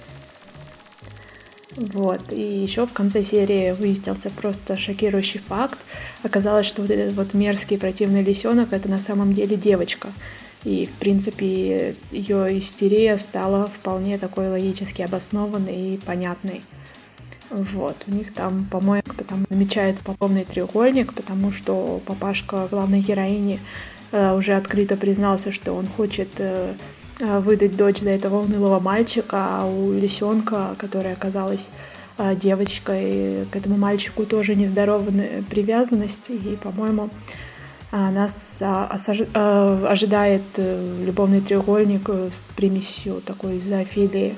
Вот. И еще в конце серии выяснился просто шокирующий факт. Оказалось, что вот этот вот мерзкий противный лисенок — это на самом деле девочка. И, в принципе, ее истерия стала вполне такой логически обоснованной и понятной. Вот. У них там, по-моему, там намечается половный треугольник, потому что папашка главной героини уже открыто признался, что он хочет выдать дочь за этого унылого мальчика, а у лисенка, которая оказалась девочкой, к этому мальчику тоже нездоровая привязанность, и, по-моему, нас ожидает любовный треугольник с примесью такой зоофилии.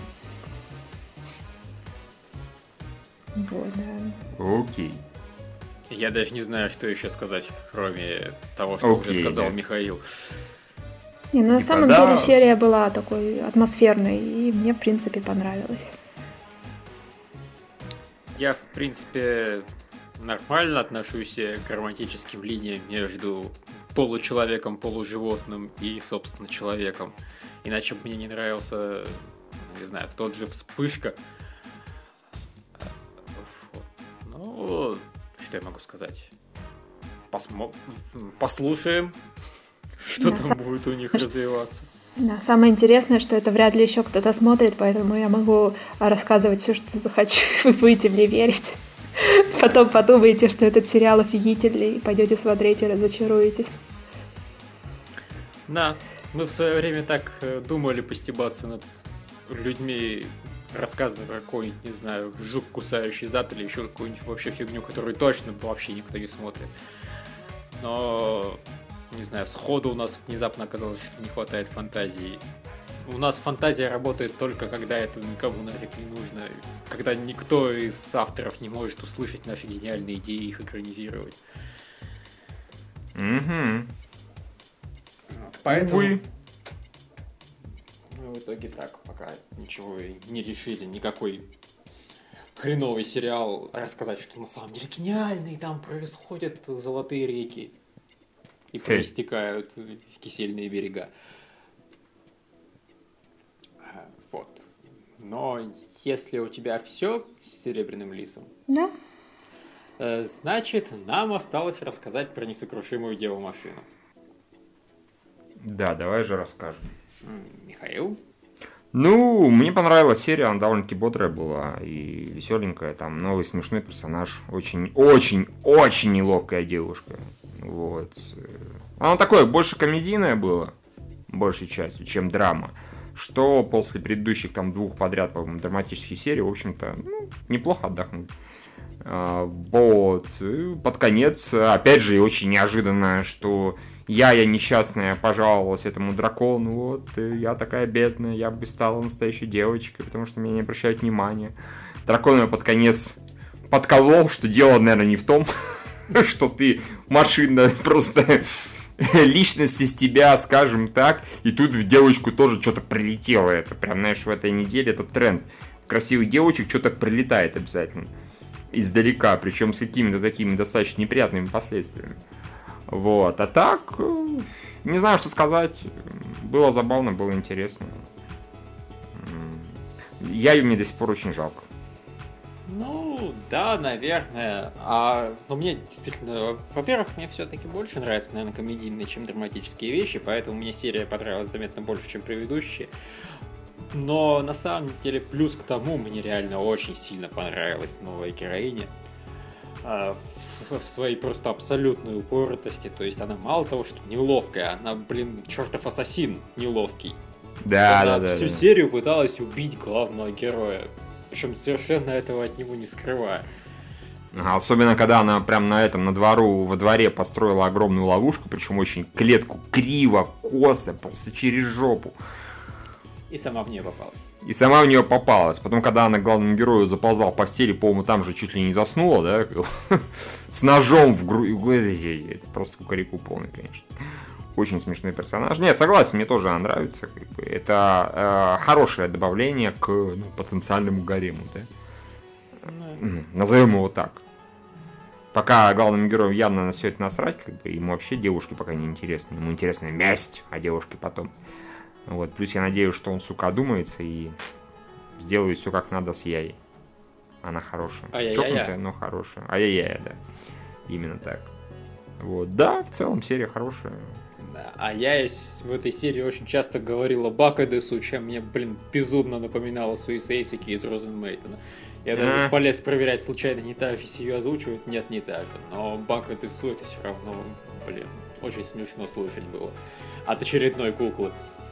Вот, да. Окей. Я даже не знаю, что еще сказать, кроме того, что уже сказал Михаил. Не, на самом деле серия была такой атмосферной, и мне, в принципе, понравилась. Я, в принципе, нормально отношусь к романтическим линиям между получеловеком, полуживотным и, собственно, человеком. Иначе бы мне не нравился не знаю, тот же Вспышка. Ну, что я могу сказать? Послушаем, что там будет у них развиваться. Да, самое интересное, что это вряд ли еще кто-то смотрит, поэтому я могу рассказывать все, что захочу, вы будете мне верить. Потом подумаете, что этот сериал офигительный, и пойдете смотреть и разочаруетесь. Да, мы в свое время так думали постебаться над людьми, рассказывая про какой-нибудь, не знаю, жук, кусающий зад или еще какую-нибудь вообще фигню, которую точно вообще никто не смотрит. Но, не знаю, сходу у нас внезапно оказалось, что не хватает фантазии. У нас фантазия работает только когда это никому нафиг не нужно, когда никто из авторов не может услышать наши гениальные идеи и их экранизировать. Угу. Вот, поэтому... В итоге так, пока ничего не решили, никакой хреновый сериал рассказать, что на самом деле гениальный, там происходят золотые реки и проистекают в кисельные берега. Вот. Но если у тебя все с Серебряным Лисом, да, значит, нам осталось рассказать про несокрушимую Деву-машину. Да, давай же расскажем. Михаил? Ну, мне понравилась серия, она довольно-таки бодрая была и веселенькая. Там новый смешной персонаж, очень неловкая девушка. Вот. Оно такое, больше комедийное было, большей частью, чем драма. Что после предыдущих там 2 подряд, по-моему, драматических серий, в общем-то, неплохо отдохнуть. Вот. И под конец, опять же, очень неожиданно, что я несчастная, пожаловалась этому дракону, вот, я такая бедная, я бы стала настоящей девочкой, потому что меня не обращают внимания. Дракон ее под конец подколол, что дело, наверное, не в том, что ты машина, просто личность из тебя, скажем так, и тут в девочку тоже что-то прилетело. Это прям, знаешь, в этой неделе это тренд. В красивых девочек что-то прилетает обязательно. Издалека, причем с какими-то такими достаточно неприятными последствиями. Вот, а так, не знаю, что сказать. Было забавно, было интересно. Яю мне до сих пор очень жалко. Ну, да, наверное. Но мне действительно, во-первых, мне все-таки больше нравятся, наверное, комедийные, чем драматические вещи, поэтому мне серия понравилась заметно больше, чем предыдущие. Но на самом деле, плюс к тому, мне реально очень сильно понравилась новая героиня. В своей просто абсолютной упоротости. То есть она мало того, что неловкая, она, чертов ассасин неловкий. Да, она всю серию пыталась убить главного героя. Причем совершенно этого от него не скрывая. Особенно, когда она прям во дворе построила огромную ловушку, причем очень клетку криво, косо, просто через жопу. И сама в нее попалась. Потом, когда она к главному герою заползла в постели, по-моему, там же чуть ли не заснула, да? С ножом в грудь. Это просто кукареку полный, конечно. Очень смешной персонаж. Не, согласен, мне тоже она нравится. Это хорошее добавление к потенциальному гарему, да? Назовем его так. Пока главному герою явно на все это насрать, ему вообще девушки пока не интересны. Ему интересна месть, а девушки потом. Вот, плюс я надеюсь, что он, сука, одумается и сделает все как надо с Яей. Она хорошая. Чокнутая, но хорошая. Ай-яй-яй, да. Именно так. Вот, да, в целом серия хорошая. Да, а я в этой серии очень часто говорила Бакадесу, чем мне, безумно напоминала Суисейсики из Розенмейтона. Я даже полез проверять, случайно не Тафис ее озвучивает. Нет, не Тафис. Но Бакадесу это все равно, очень смешно слышать было. От очередной куклы.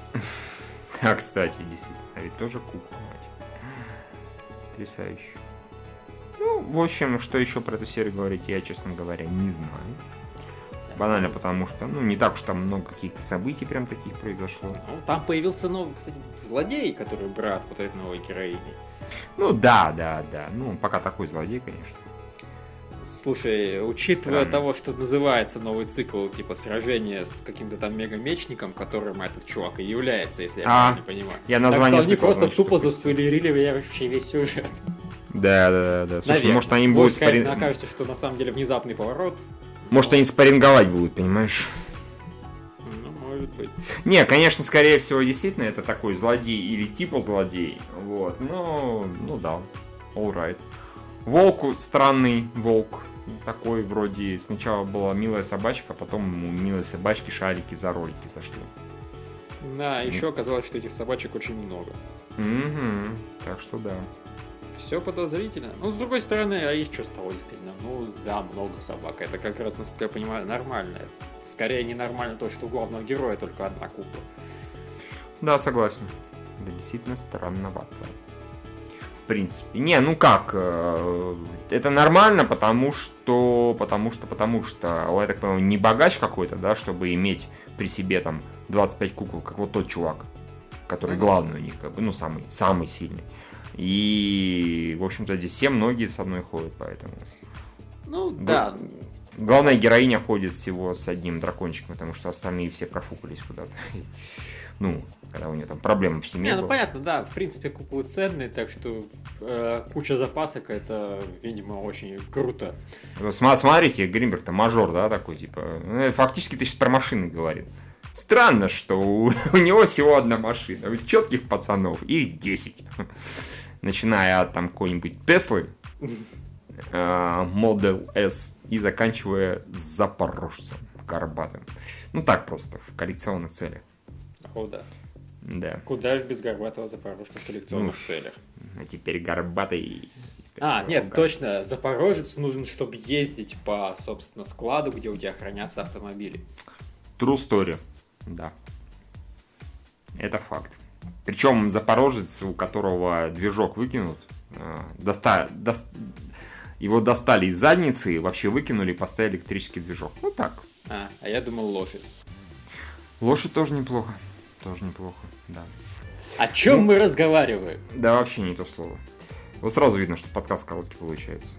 Да, кстати, действительно, а ведь тоже кукла, мать. Потрясающе. Ну, в общем, что еще про эту серию говорить, я, честно говоря, не знаю. Банально, потому что, не так уж там много каких-то событий прям таких произошло. Ну, там появился новый, кстати, злодей, который брат вот этой новой героини. Ну, да. Ну, пока такой злодей, конечно. Слушай, учитывая того, что называется новый цикл, типа сражение с каким-то там мегамечником, которым этот чувак и является, если я правильно понимаю. Я название так что они просто тупо заспойлерили вообще весь сюжет. Да. Слушай, наверное, может они будут спарринговать. Окажется, что на самом деле внезапный поворот. Может они спарринговать будут, понимаешь? Ну, может быть. Не, конечно, скорее всего, действительно, это такой злодей или типа злодей. Вот, но, ну да, all right. Волк странный волк. Такой вроде сначала была милая собачка, а потом у милой собачки шарики за ролики сошли. Да, еще оказалось, что этих собачек очень много. Угу, так что да. Все подозрительно. Ну, с другой стороны, а и что стало действительно? Ну, да, много собак. Это как раз, насколько я понимаю, нормально. Скорее ненормально то, что у главного героя только одна кукла. Да, согласен. Да, действительно странновато. В принципе. Не, ну как, это нормально, потому что, я так понимаю, не богач какой-то, да, чтобы иметь при себе там 25 кукол, как вот тот чувак, который главный у них, как бы, ну, самый сильный. И, в общем-то, здесь все многие с одной ходят, поэтому... Ну, да. Главная героиня ходит всего с одним дракончиком, потому что остальные все профукались куда-то. Ну, когда у нее там проблемы в семье. Не, ну понятно, да, в принципе, куклы ценные, так что куча запасок, это, видимо, очень круто. Смотрите, Гринберг-то мажор, да, такой, типа, фактически ты сейчас про машины говорит. Странно, что у него всего одна машина, у четких пацанов их 10. Начиная от там какой-нибудь Теслы, Model S, и заканчивая Запорожцем горбатым. Ну так просто, в коллекционных целях. О, да. Да. Куда же без горбатого запорожца в коллекционных целях? А теперь горбатый... Нет, точно, запорожец нужен, чтобы ездить по, собственно, складу, где у тебя хранятся автомобили. True story, да. Это факт. Причем запорожец, у которого движок выкинут, его достали из задницы, вообще выкинули и поставили электрический движок. Ну так. А я думал лошадь. Лошадь тоже неплохо. Тоже неплохо, да. О чем мы разговариваем? Да, вообще не то слово. Вот сразу видно, что подкаст короткий получается.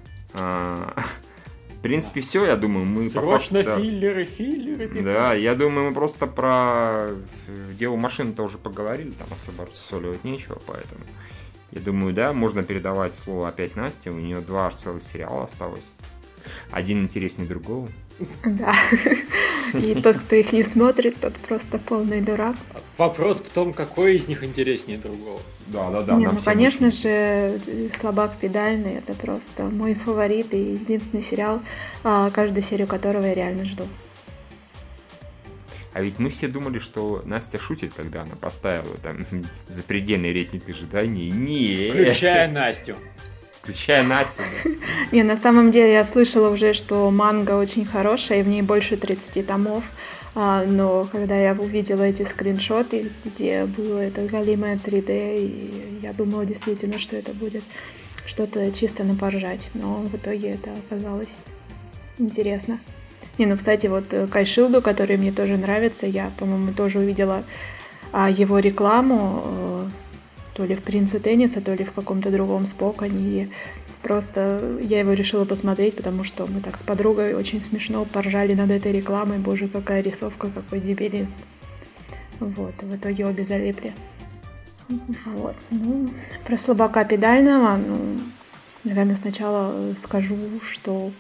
В принципе, все, я думаю, мы... Срочно филлеры. Да, я думаю, мы просто про Деву машин-то уже поговорили, там особо рассоливать нечего, поэтому... Я думаю, да, можно передавать слово опять Насте, у нее 2 целых сериала осталось. Один интереснее другого. Да. И тот, кто их не смотрит, тот просто полный дурак. Вопрос в том, какой из них интереснее другого. Да. Не, ну, конечно же, «Слабак педальный» — это просто мой фаворит и единственный сериал, каждую серию которого я реально жду. А ведь мы все думали, что Настя шутит, когда она поставила там запредельный рейтинг ожиданий. Нет. Включая Настю. Включая Настю, да. Не, на самом деле я слышала уже, что манга очень хорошая, и в ней больше 30 томов. Но когда я увидела эти скриншоты, где было это галимое 3D, и я думала действительно, что это будет что-то чисто на поржать. Но в итоге это оказалось интересно. Не, ну, кстати, вот Кайшилду, который мне тоже нравится, я, по-моему, тоже увидела его рекламу, то ли в «Принце тенниса», то ли в каком-то другом споконе, и просто я его решила посмотреть, потому что мы так с подругой очень смешно поржали над этой рекламой, боже, какая рисовка, какой дебилизм. Вот, и в итоге обе залипли. Вот, ну, про «Слабака педального», наверное, сначала скажу, что...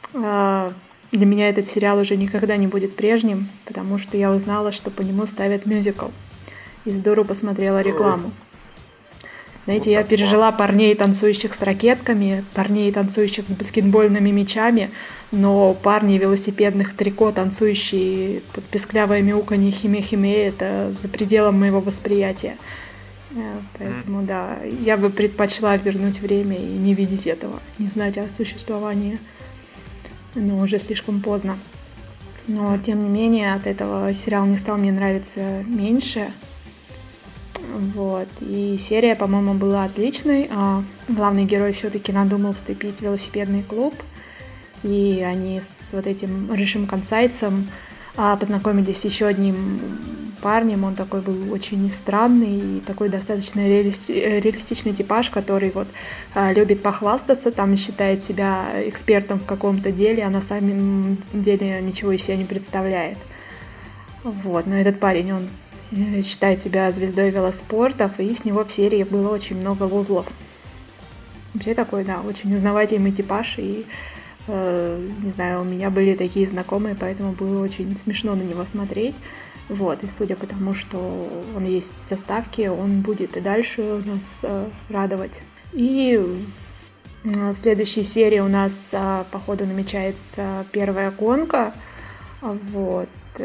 Для меня этот сериал уже никогда не будет прежним, потому что я узнала, что по нему ставят мюзикл. И здорово посмотрела рекламу. Знаете, я пережила парней, танцующих с ракетками, парней, танцующих с баскетбольными мячами, но парни велосипедных трико, танцующие под песклявое мяуканье химе-химе, это за пределом моего восприятия. Поэтому, да, я бы предпочла вернуть время и не видеть этого, не знать о существовании. Но уже слишком поздно. Но, тем не менее, от этого сериал не стал мне нравиться меньше. Вот. И серия, по-моему, была отличной. Главный герой все-таки надумал вступить в велосипедный клуб. И они с вот этим Рыжим Консайцем познакомились с еще одним парнем. Он такой был очень странный и такой достаточно реалистичный типаж, который вот любит похвастаться, там считает себя экспертом в каком-то деле, а на самом деле ничего из себя не представляет. Вот, но этот парень, он считает себя звездой велоспортов, и с него в серии было очень много лузлов. Вообще такой, да, очень узнаваемый типаж, и не знаю, у меня были такие знакомые, поэтому было очень смешно на него смотреть. Вот, и судя по тому, что он есть в заставке, он будет и дальше нас радовать. И в следующей серии у нас, походу, намечается первая гонка. Вот.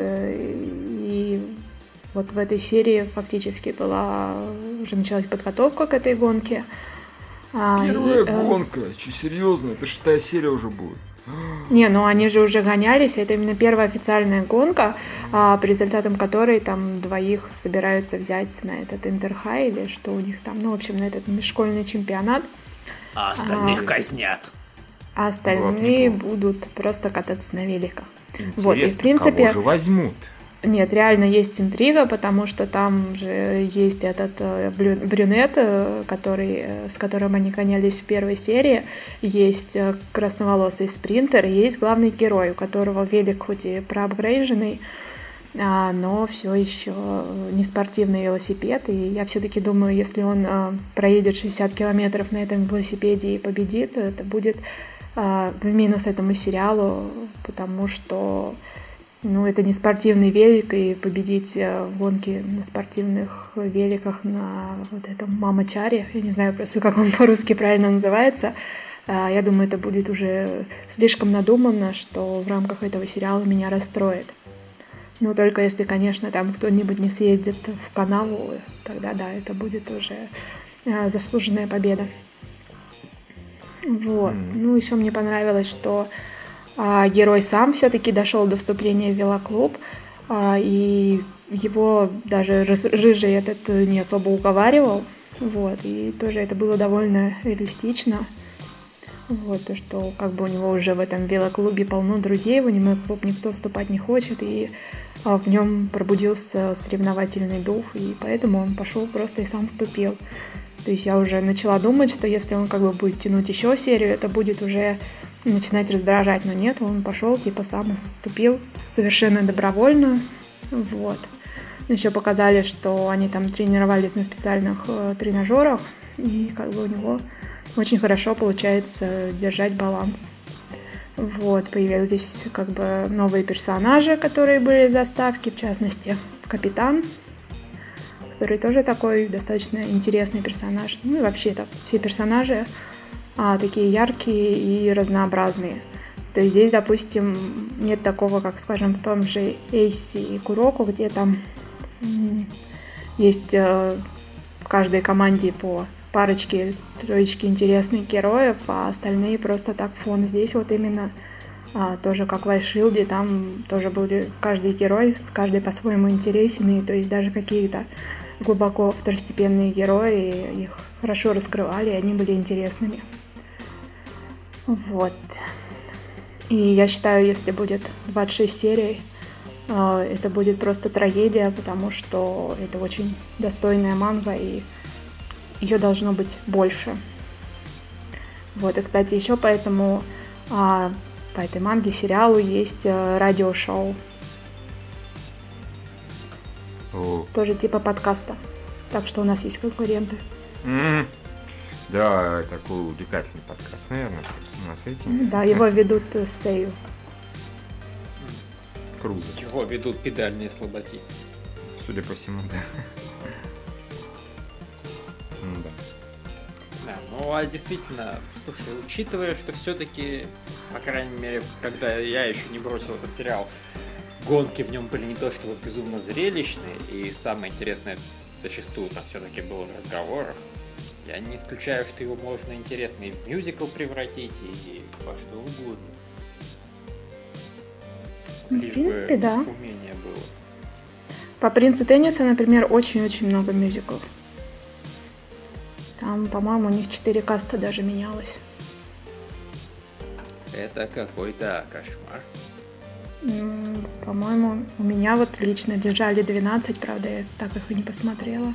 И вот в этой серии фактически уже началась подготовка к этой гонке. Первая гонка? Че, серьезно? Это 6-я серия уже будет. Не, ну они же уже гонялись, это именно первая официальная гонка, по результатам которой там двоих собираются взять на этот Интерхай или что у них там, ну, в общем, на этот межшкольный чемпионат. А остальных казнят. А остальные будут просто кататься на великах. Интересно, вот, и в принципе, кого же возьмут? Нет, реально есть интрига, потому что там же есть этот брюнет, с которым они гонялись в первой серии, есть красноволосый спринтер, и есть главный герой, у которого велик хоть и проапгрейженный, но все еще не спортивный велосипед. И я все-таки думаю, если он проедет 60 километров на этом велосипеде и победит, это будет в минус этому сериалу, потому что это не спортивный велик, и победить в гонке на спортивных великах на вот этом мамачаре, я не знаю просто, как он по-русски правильно называется, я думаю, это будет уже слишком надуманно, что в рамках этого сериала меня расстроит. Но только если, конечно, там кто-нибудь не съездит в канаву, тогда да, это будет уже заслуженная победа. Вот. Ну, еще мне понравилось, что герой сам все-таки дошел до вступления в велоклуб, и его даже рыжий этот не особо уговаривал, вот, и тоже это было довольно реалистично, вот, то, что как бы у него уже в этом велоклубе полно друзей, в аниме-клуб никто вступать не хочет, и в нем пробудился соревновательный дух, и поэтому он пошел просто и сам вступил. То есть я уже начала думать, что если он как бы будет тянуть еще серию, это будет уже начинать раздражать, но нет, он пошел, типа сам вступил совершенно добровольно, вот. Еще показали, что они там тренировались на специальных тренажерах, и как бы у него очень хорошо получается держать баланс. Вот, появились как бы новые персонажи, которые были в заставке, в частности, капитан, который тоже такой достаточно интересный персонаж. Ну и вообще так все персонажи такие яркие и разнообразные. То есть здесь, допустим, нет такого, как, скажем, в том же Эйси и Куроку, где там есть в каждой команде по парочке, троечке интересных героев, а остальные просто так фон. Здесь вот именно тоже как в Айшилде, там тоже были каждый герой, каждый по-своему интересный, то есть даже какие-то глубоко второстепенные герои, их хорошо раскрывали, и они были интересными. Вот. И я считаю, если будет 26 серий, это будет просто трагедия, потому что это очень достойная манга, и ее должно быть больше. Вот. И, кстати, еще по этой манге, сериалу есть радиошоу. Тоже типа подкаста. Так что у нас есть конкуренты. Да, такой увлекательный подкаст, наверное, у нас этим. Да, его ведут Сею. Круто. Его ведут педальные слабаки. Судя по всему, да. Да, ну а действительно, слушай, учитывая, что все-таки, по крайней мере, когда я еще не бросил этот сериал, гонки в нем были не то чтобы безумно зрелищные, и самое интересное зачастую там все-таки было в разговорах. Я не исключаю, что его можно интересно и в мюзикл превратить, и во что угодно. В принципе, да. Умение было. По «Принцу Тенниса», например, очень-очень много мюзиклов. Там, по-моему, у них 4 каста даже менялось. Это какой-то кошмар. По-моему, у меня вот лично лежали 12, правда, я так их и не посмотрела.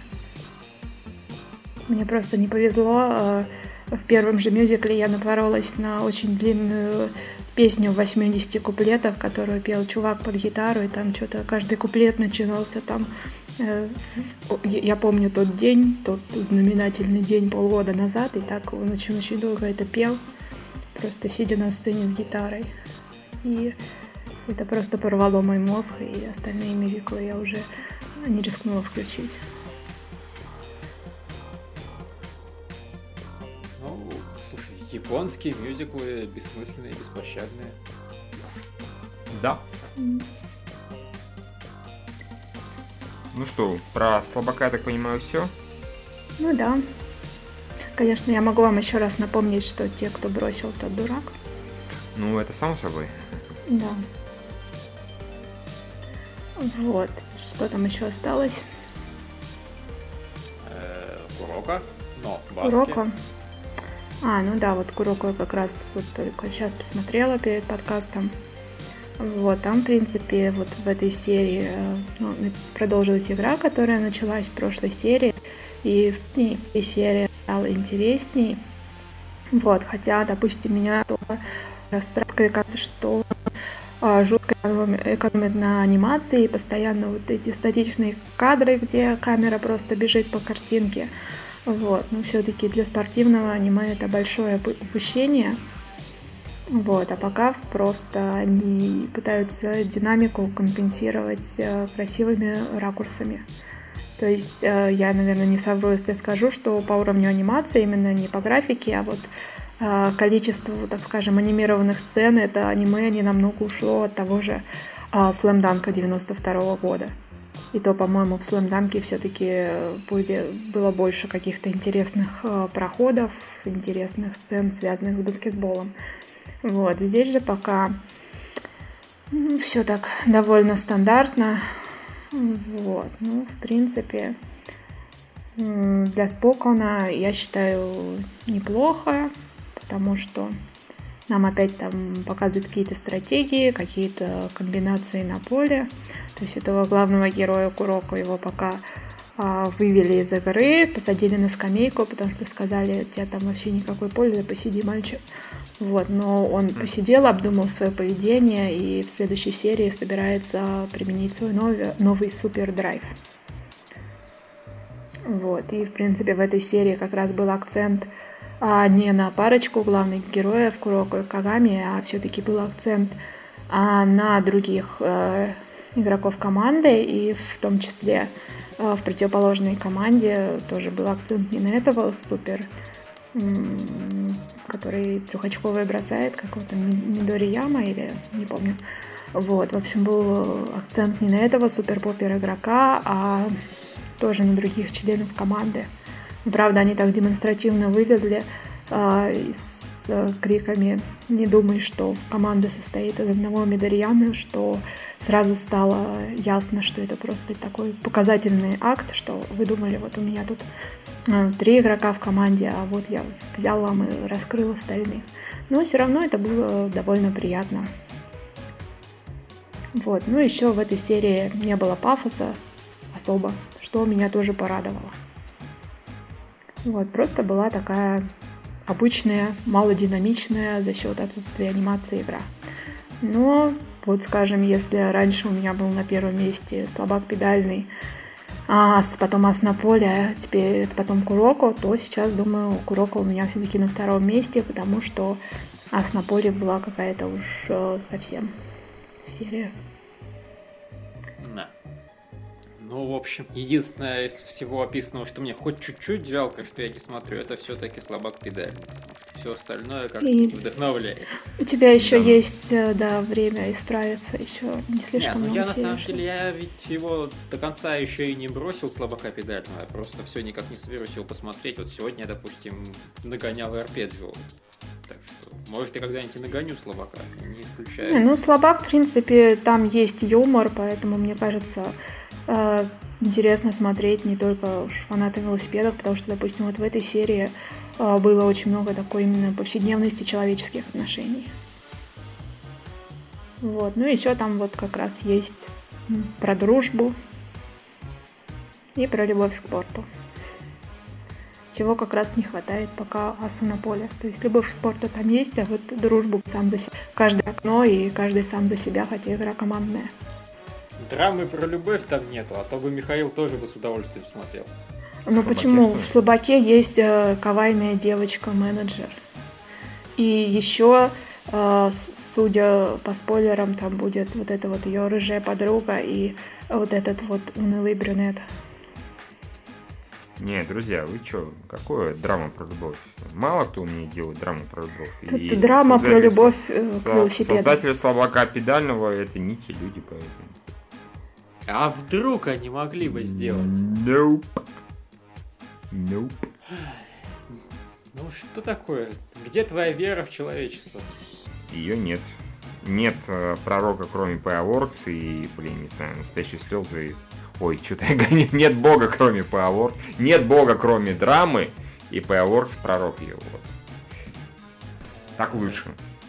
Мне просто не повезло. В первом же мюзикле я напоролась на очень длинную песню в 80 куплетов, которую пел чувак под гитару, и там что-то каждый куплет начинался там. Я помню тот день, тот знаменательный день полгода назад, и так он очень-очень долго это пел, просто сидя на сцене с гитарой. И Это просто порвало мой мозг, и остальные мюзиклы я уже не рискнула включить. Ну, слушай, японские мюзиклы бессмысленные, беспощадные. Да. Ну что, про слабака, я так понимаю, все? Ну да. Конечно, я могу вам еще раз напомнить, что те, кто бросил, тот дурак. Ну, это само собой. Да. Вот. Что там еще осталось? Куроко, но Баски. Куроко. Ну да, вот Куроко я как раз вот только сейчас посмотрела перед подкастом. Вот, там, в принципе, вот в этой серии продолжилась игра, которая началась в прошлой серии, и серия стала интересней. Вот, хотя, допустим, меня тоже расстраивает, что жутко экономит на анимации, и постоянно вот эти статичные кадры, где камера просто бежит по картинке. Вот, но все-таки для спортивного аниме это большое упущение. Вот, а пока просто они пытаются динамику компенсировать красивыми ракурсами. То есть я, наверное, не совру, если скажу, что по уровню анимации, именно не по графике, а вот количеству, так скажем, анимированных сцен, это аниме не намного ушло от того же Slam Dunk 92-го года. И то, по-моему, в Slam Dunk все-таки было больше каких-то интересных проходов, интересных сцен, связанных с баскетболом. Вот, здесь же пока все так довольно стандартно. Вот, ну, в принципе, для Спокона, я считаю, неплохо, потому что нам опять там показывают какие-то стратегии, какие-то комбинации на поле. То есть этого главного героя Куроко его пока вывели из игры, посадили на скамейку, потому что сказали, тебе там вообще никакой пользы, посиди, мальчик. Вот, но он посидел, обдумал свое поведение и в следующей серии собирается применить свой новый супер драйв. Вот, и в принципе в этой серии как раз был акцент не на парочку главных героев Куроко и Кагами, а все-таки был акцент на других игроков команды, и в том числе в противоположной команде тоже был акцент не на этого супер, который трехочковый бросает, какого-то Мидорияма или не помню. Вот, в общем, был акцент не на этого супер-попер игрока, а тоже на других членов команды. Но, правда, они так демонстративно вылезли с криками «Не думай, что команда состоит из одного Мидорияма», что сразу стало ясно, что это просто такой показательный акт, что вы думали, вот у меня тут 3 игрока в команде, а вот я взял вам и раскрыл остальных. Но все равно это было довольно приятно. Вот, ну еще в этой серии не было пафоса особо, что меня тоже порадовало. Вот, просто была такая обычная, малодинамичная за счет отсутствия анимации игра. Но, вот скажем, если раньше у меня был на первом месте слабак педальный, потом ас на поле, теперь это потом Куроко, то сейчас, думаю, Куроко у меня все-таки на втором месте, потому что ас на поле была какая-то уж совсем серия. Да. Ну, в общем, единственное из всего описанного, что мне хоть чуть-чуть жалко, что я не смотрю, это все-таки слабак педальный. Все остальное как-то вдохновляет. У тебя еще есть, да, время исправиться, еще не слишком много. Я на самом деле, я ведь его до конца еще и не бросил, слабака педального, я просто все никак не соберусь его посмотреть. Вот сегодня я, допустим, нагонял Арпеджио. Так что, может, я когда-нибудь и нагоню слабака, не исключаю. Ну, слабак, в принципе, там есть юмор, поэтому, мне кажется, интересно смотреть не только фанатам велосипедов, потому что, допустим, вот в этой серии было очень много такой именно повседневности человеческих отношений. Вот. Ну, еще там вот как раз есть про дружбу и про любовь к спорту. Чего как раз не хватает пока асу на поле. То есть любовь к спорту там есть, а вот дружбу сам за себя. Каждое окно и каждый сам за себя, хотя игра командная. Драмы про любовь там нету, а то бы Михаил тоже бы с удовольствием смотрел. Ну почему? В слабаке есть кавайная девочка-менеджер. И еще судя по спойлерам, там будет вот эта вот ее рыжая подруга и вот этот вот унылый брюнет. Не, друзья, вы чё? Какое драма про любовь? Мало кто умеет делать драму про любовь. Тут драма про любовь к велосипеду. Создатели слабака педального — это не те люди, поэтому. А вдруг они могли бы сделать? Nope. Nope. Ну что такое? Где твоя вера в человечество? Ее нет. Нет пророка, кроме Powerworks, и, не знаю, настоящие слезы. Ой, что-то я говорю. Нет бога, кроме Powerworks. Нет бога, кроме драмы, и Powerworks пророк ее. Вот. Так лучше.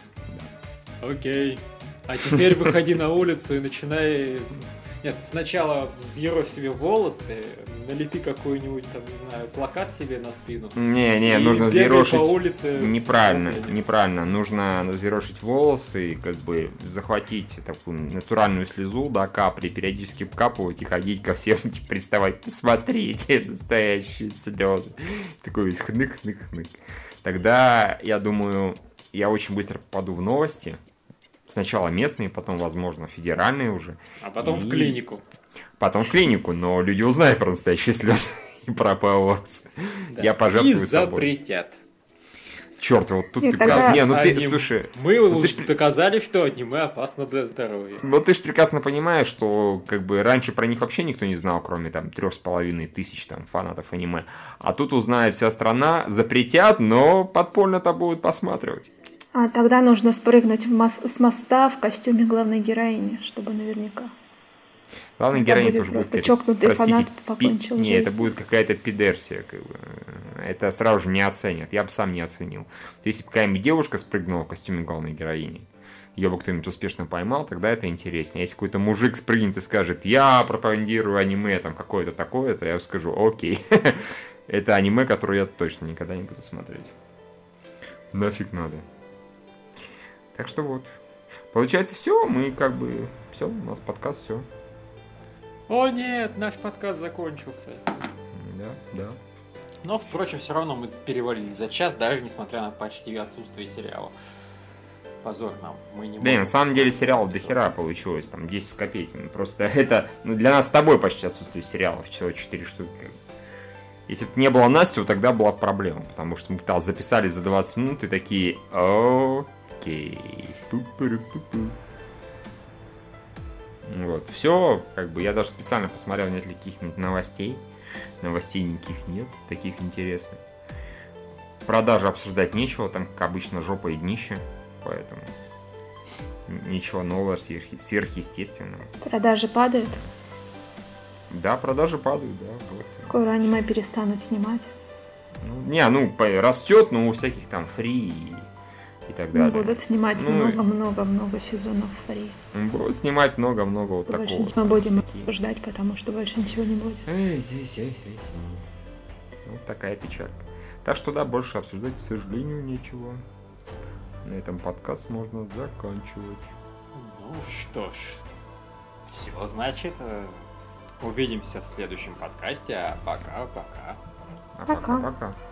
Окей. А теперь выходи на улицу и начинай... Нет, сначала взъерошь себе волосы, налепи какой-нибудь, там, не знаю, плакат себе на спину. Не, нужно взъерошить... по улице Неправильно. Нужно взъерошить волосы, как бы захватить такую натуральную слезу, да, капли, периодически капывать и ходить ко всем, приставать, посмотрите, настоящие слезы. Такой весь хнык-хнык-хнык. Тогда, я думаю, я очень быстро попаду в новости. Сначала местные, потом, возможно, федеральные уже. А потом в клинику. Потом в клинику, но люди узнают про настоящие слезы и про Powerworks. Да. Я пожертвую собой. И запретят. Черт, вот тут ты прав. Не, ну ты, слушай... Мы доказали, что аниме опасно для здоровья. Но ты же прекрасно понимаешь, что как бы раньше про них вообще никто не знал, кроме там 3500 там фанатов аниме. А тут узнает вся страна, запретят, но подпольно-то будут посматривать. А тогда нужно спрыгнуть с моста в костюме главной героини, чтобы наверняка. Главная героиня тоже будет... чокнутый фанат покончил Не, жизнь. это будет какая-то пидерсия. Как бы. Это сразу же не оценят. Я бы сам не оценил. Если бы какая-нибудь девушка спрыгнула в костюме главной героини, ее бы кто-нибудь успешно поймал, тогда это интереснее. Если какой-то мужик спрыгнет и скажет, я пропагандирую аниме, там какое-то такое-то, я скажу, окей. Это аниме, которое я точно никогда не буду смотреть. Нафиг надо. Так что вот. Получается, все, мы как бы... Все, у нас подкаст, все. О нет, наш подкаст закончился. Да. Но, впрочем, все равно мы перевалили за час, даже несмотря на почти отсутствие сериала. Позор нам. Мы не можем... на самом деле сериалов до хера получилось, там 10 с копейками. Просто это для нас с тобой почти отсутствие сериалов, всего 4 штуки. Если бы не было Насти, тогда была проблема, потому что мы записали за 20 минут и такие... Окей. Вот, все, как бы я даже специально посмотрел, нет ли каких-нибудь новостей. Новостей никаких нет, таких интересных. Продажи обсуждать нечего, там, как обычно, жопа и днище, поэтому ничего нового, сверхъестественного. Продажи падают? Да, продажи падают, да. Вот. Скоро аниме перестанут снимать. Растет, но у всяких там фри и так далее. Будут снимать много-много-много сезонов фри. Будут снимать много-много вот больше такого. Больше мы будем обсуждать, потому что больше ничего не будет. Вот такая печалька. Так что да, больше обсуждать, к сожалению, нечего. На этом подкаст можно заканчивать. Ну что ж, все, значит, увидимся в следующем подкасте. Пока-пока. Пока.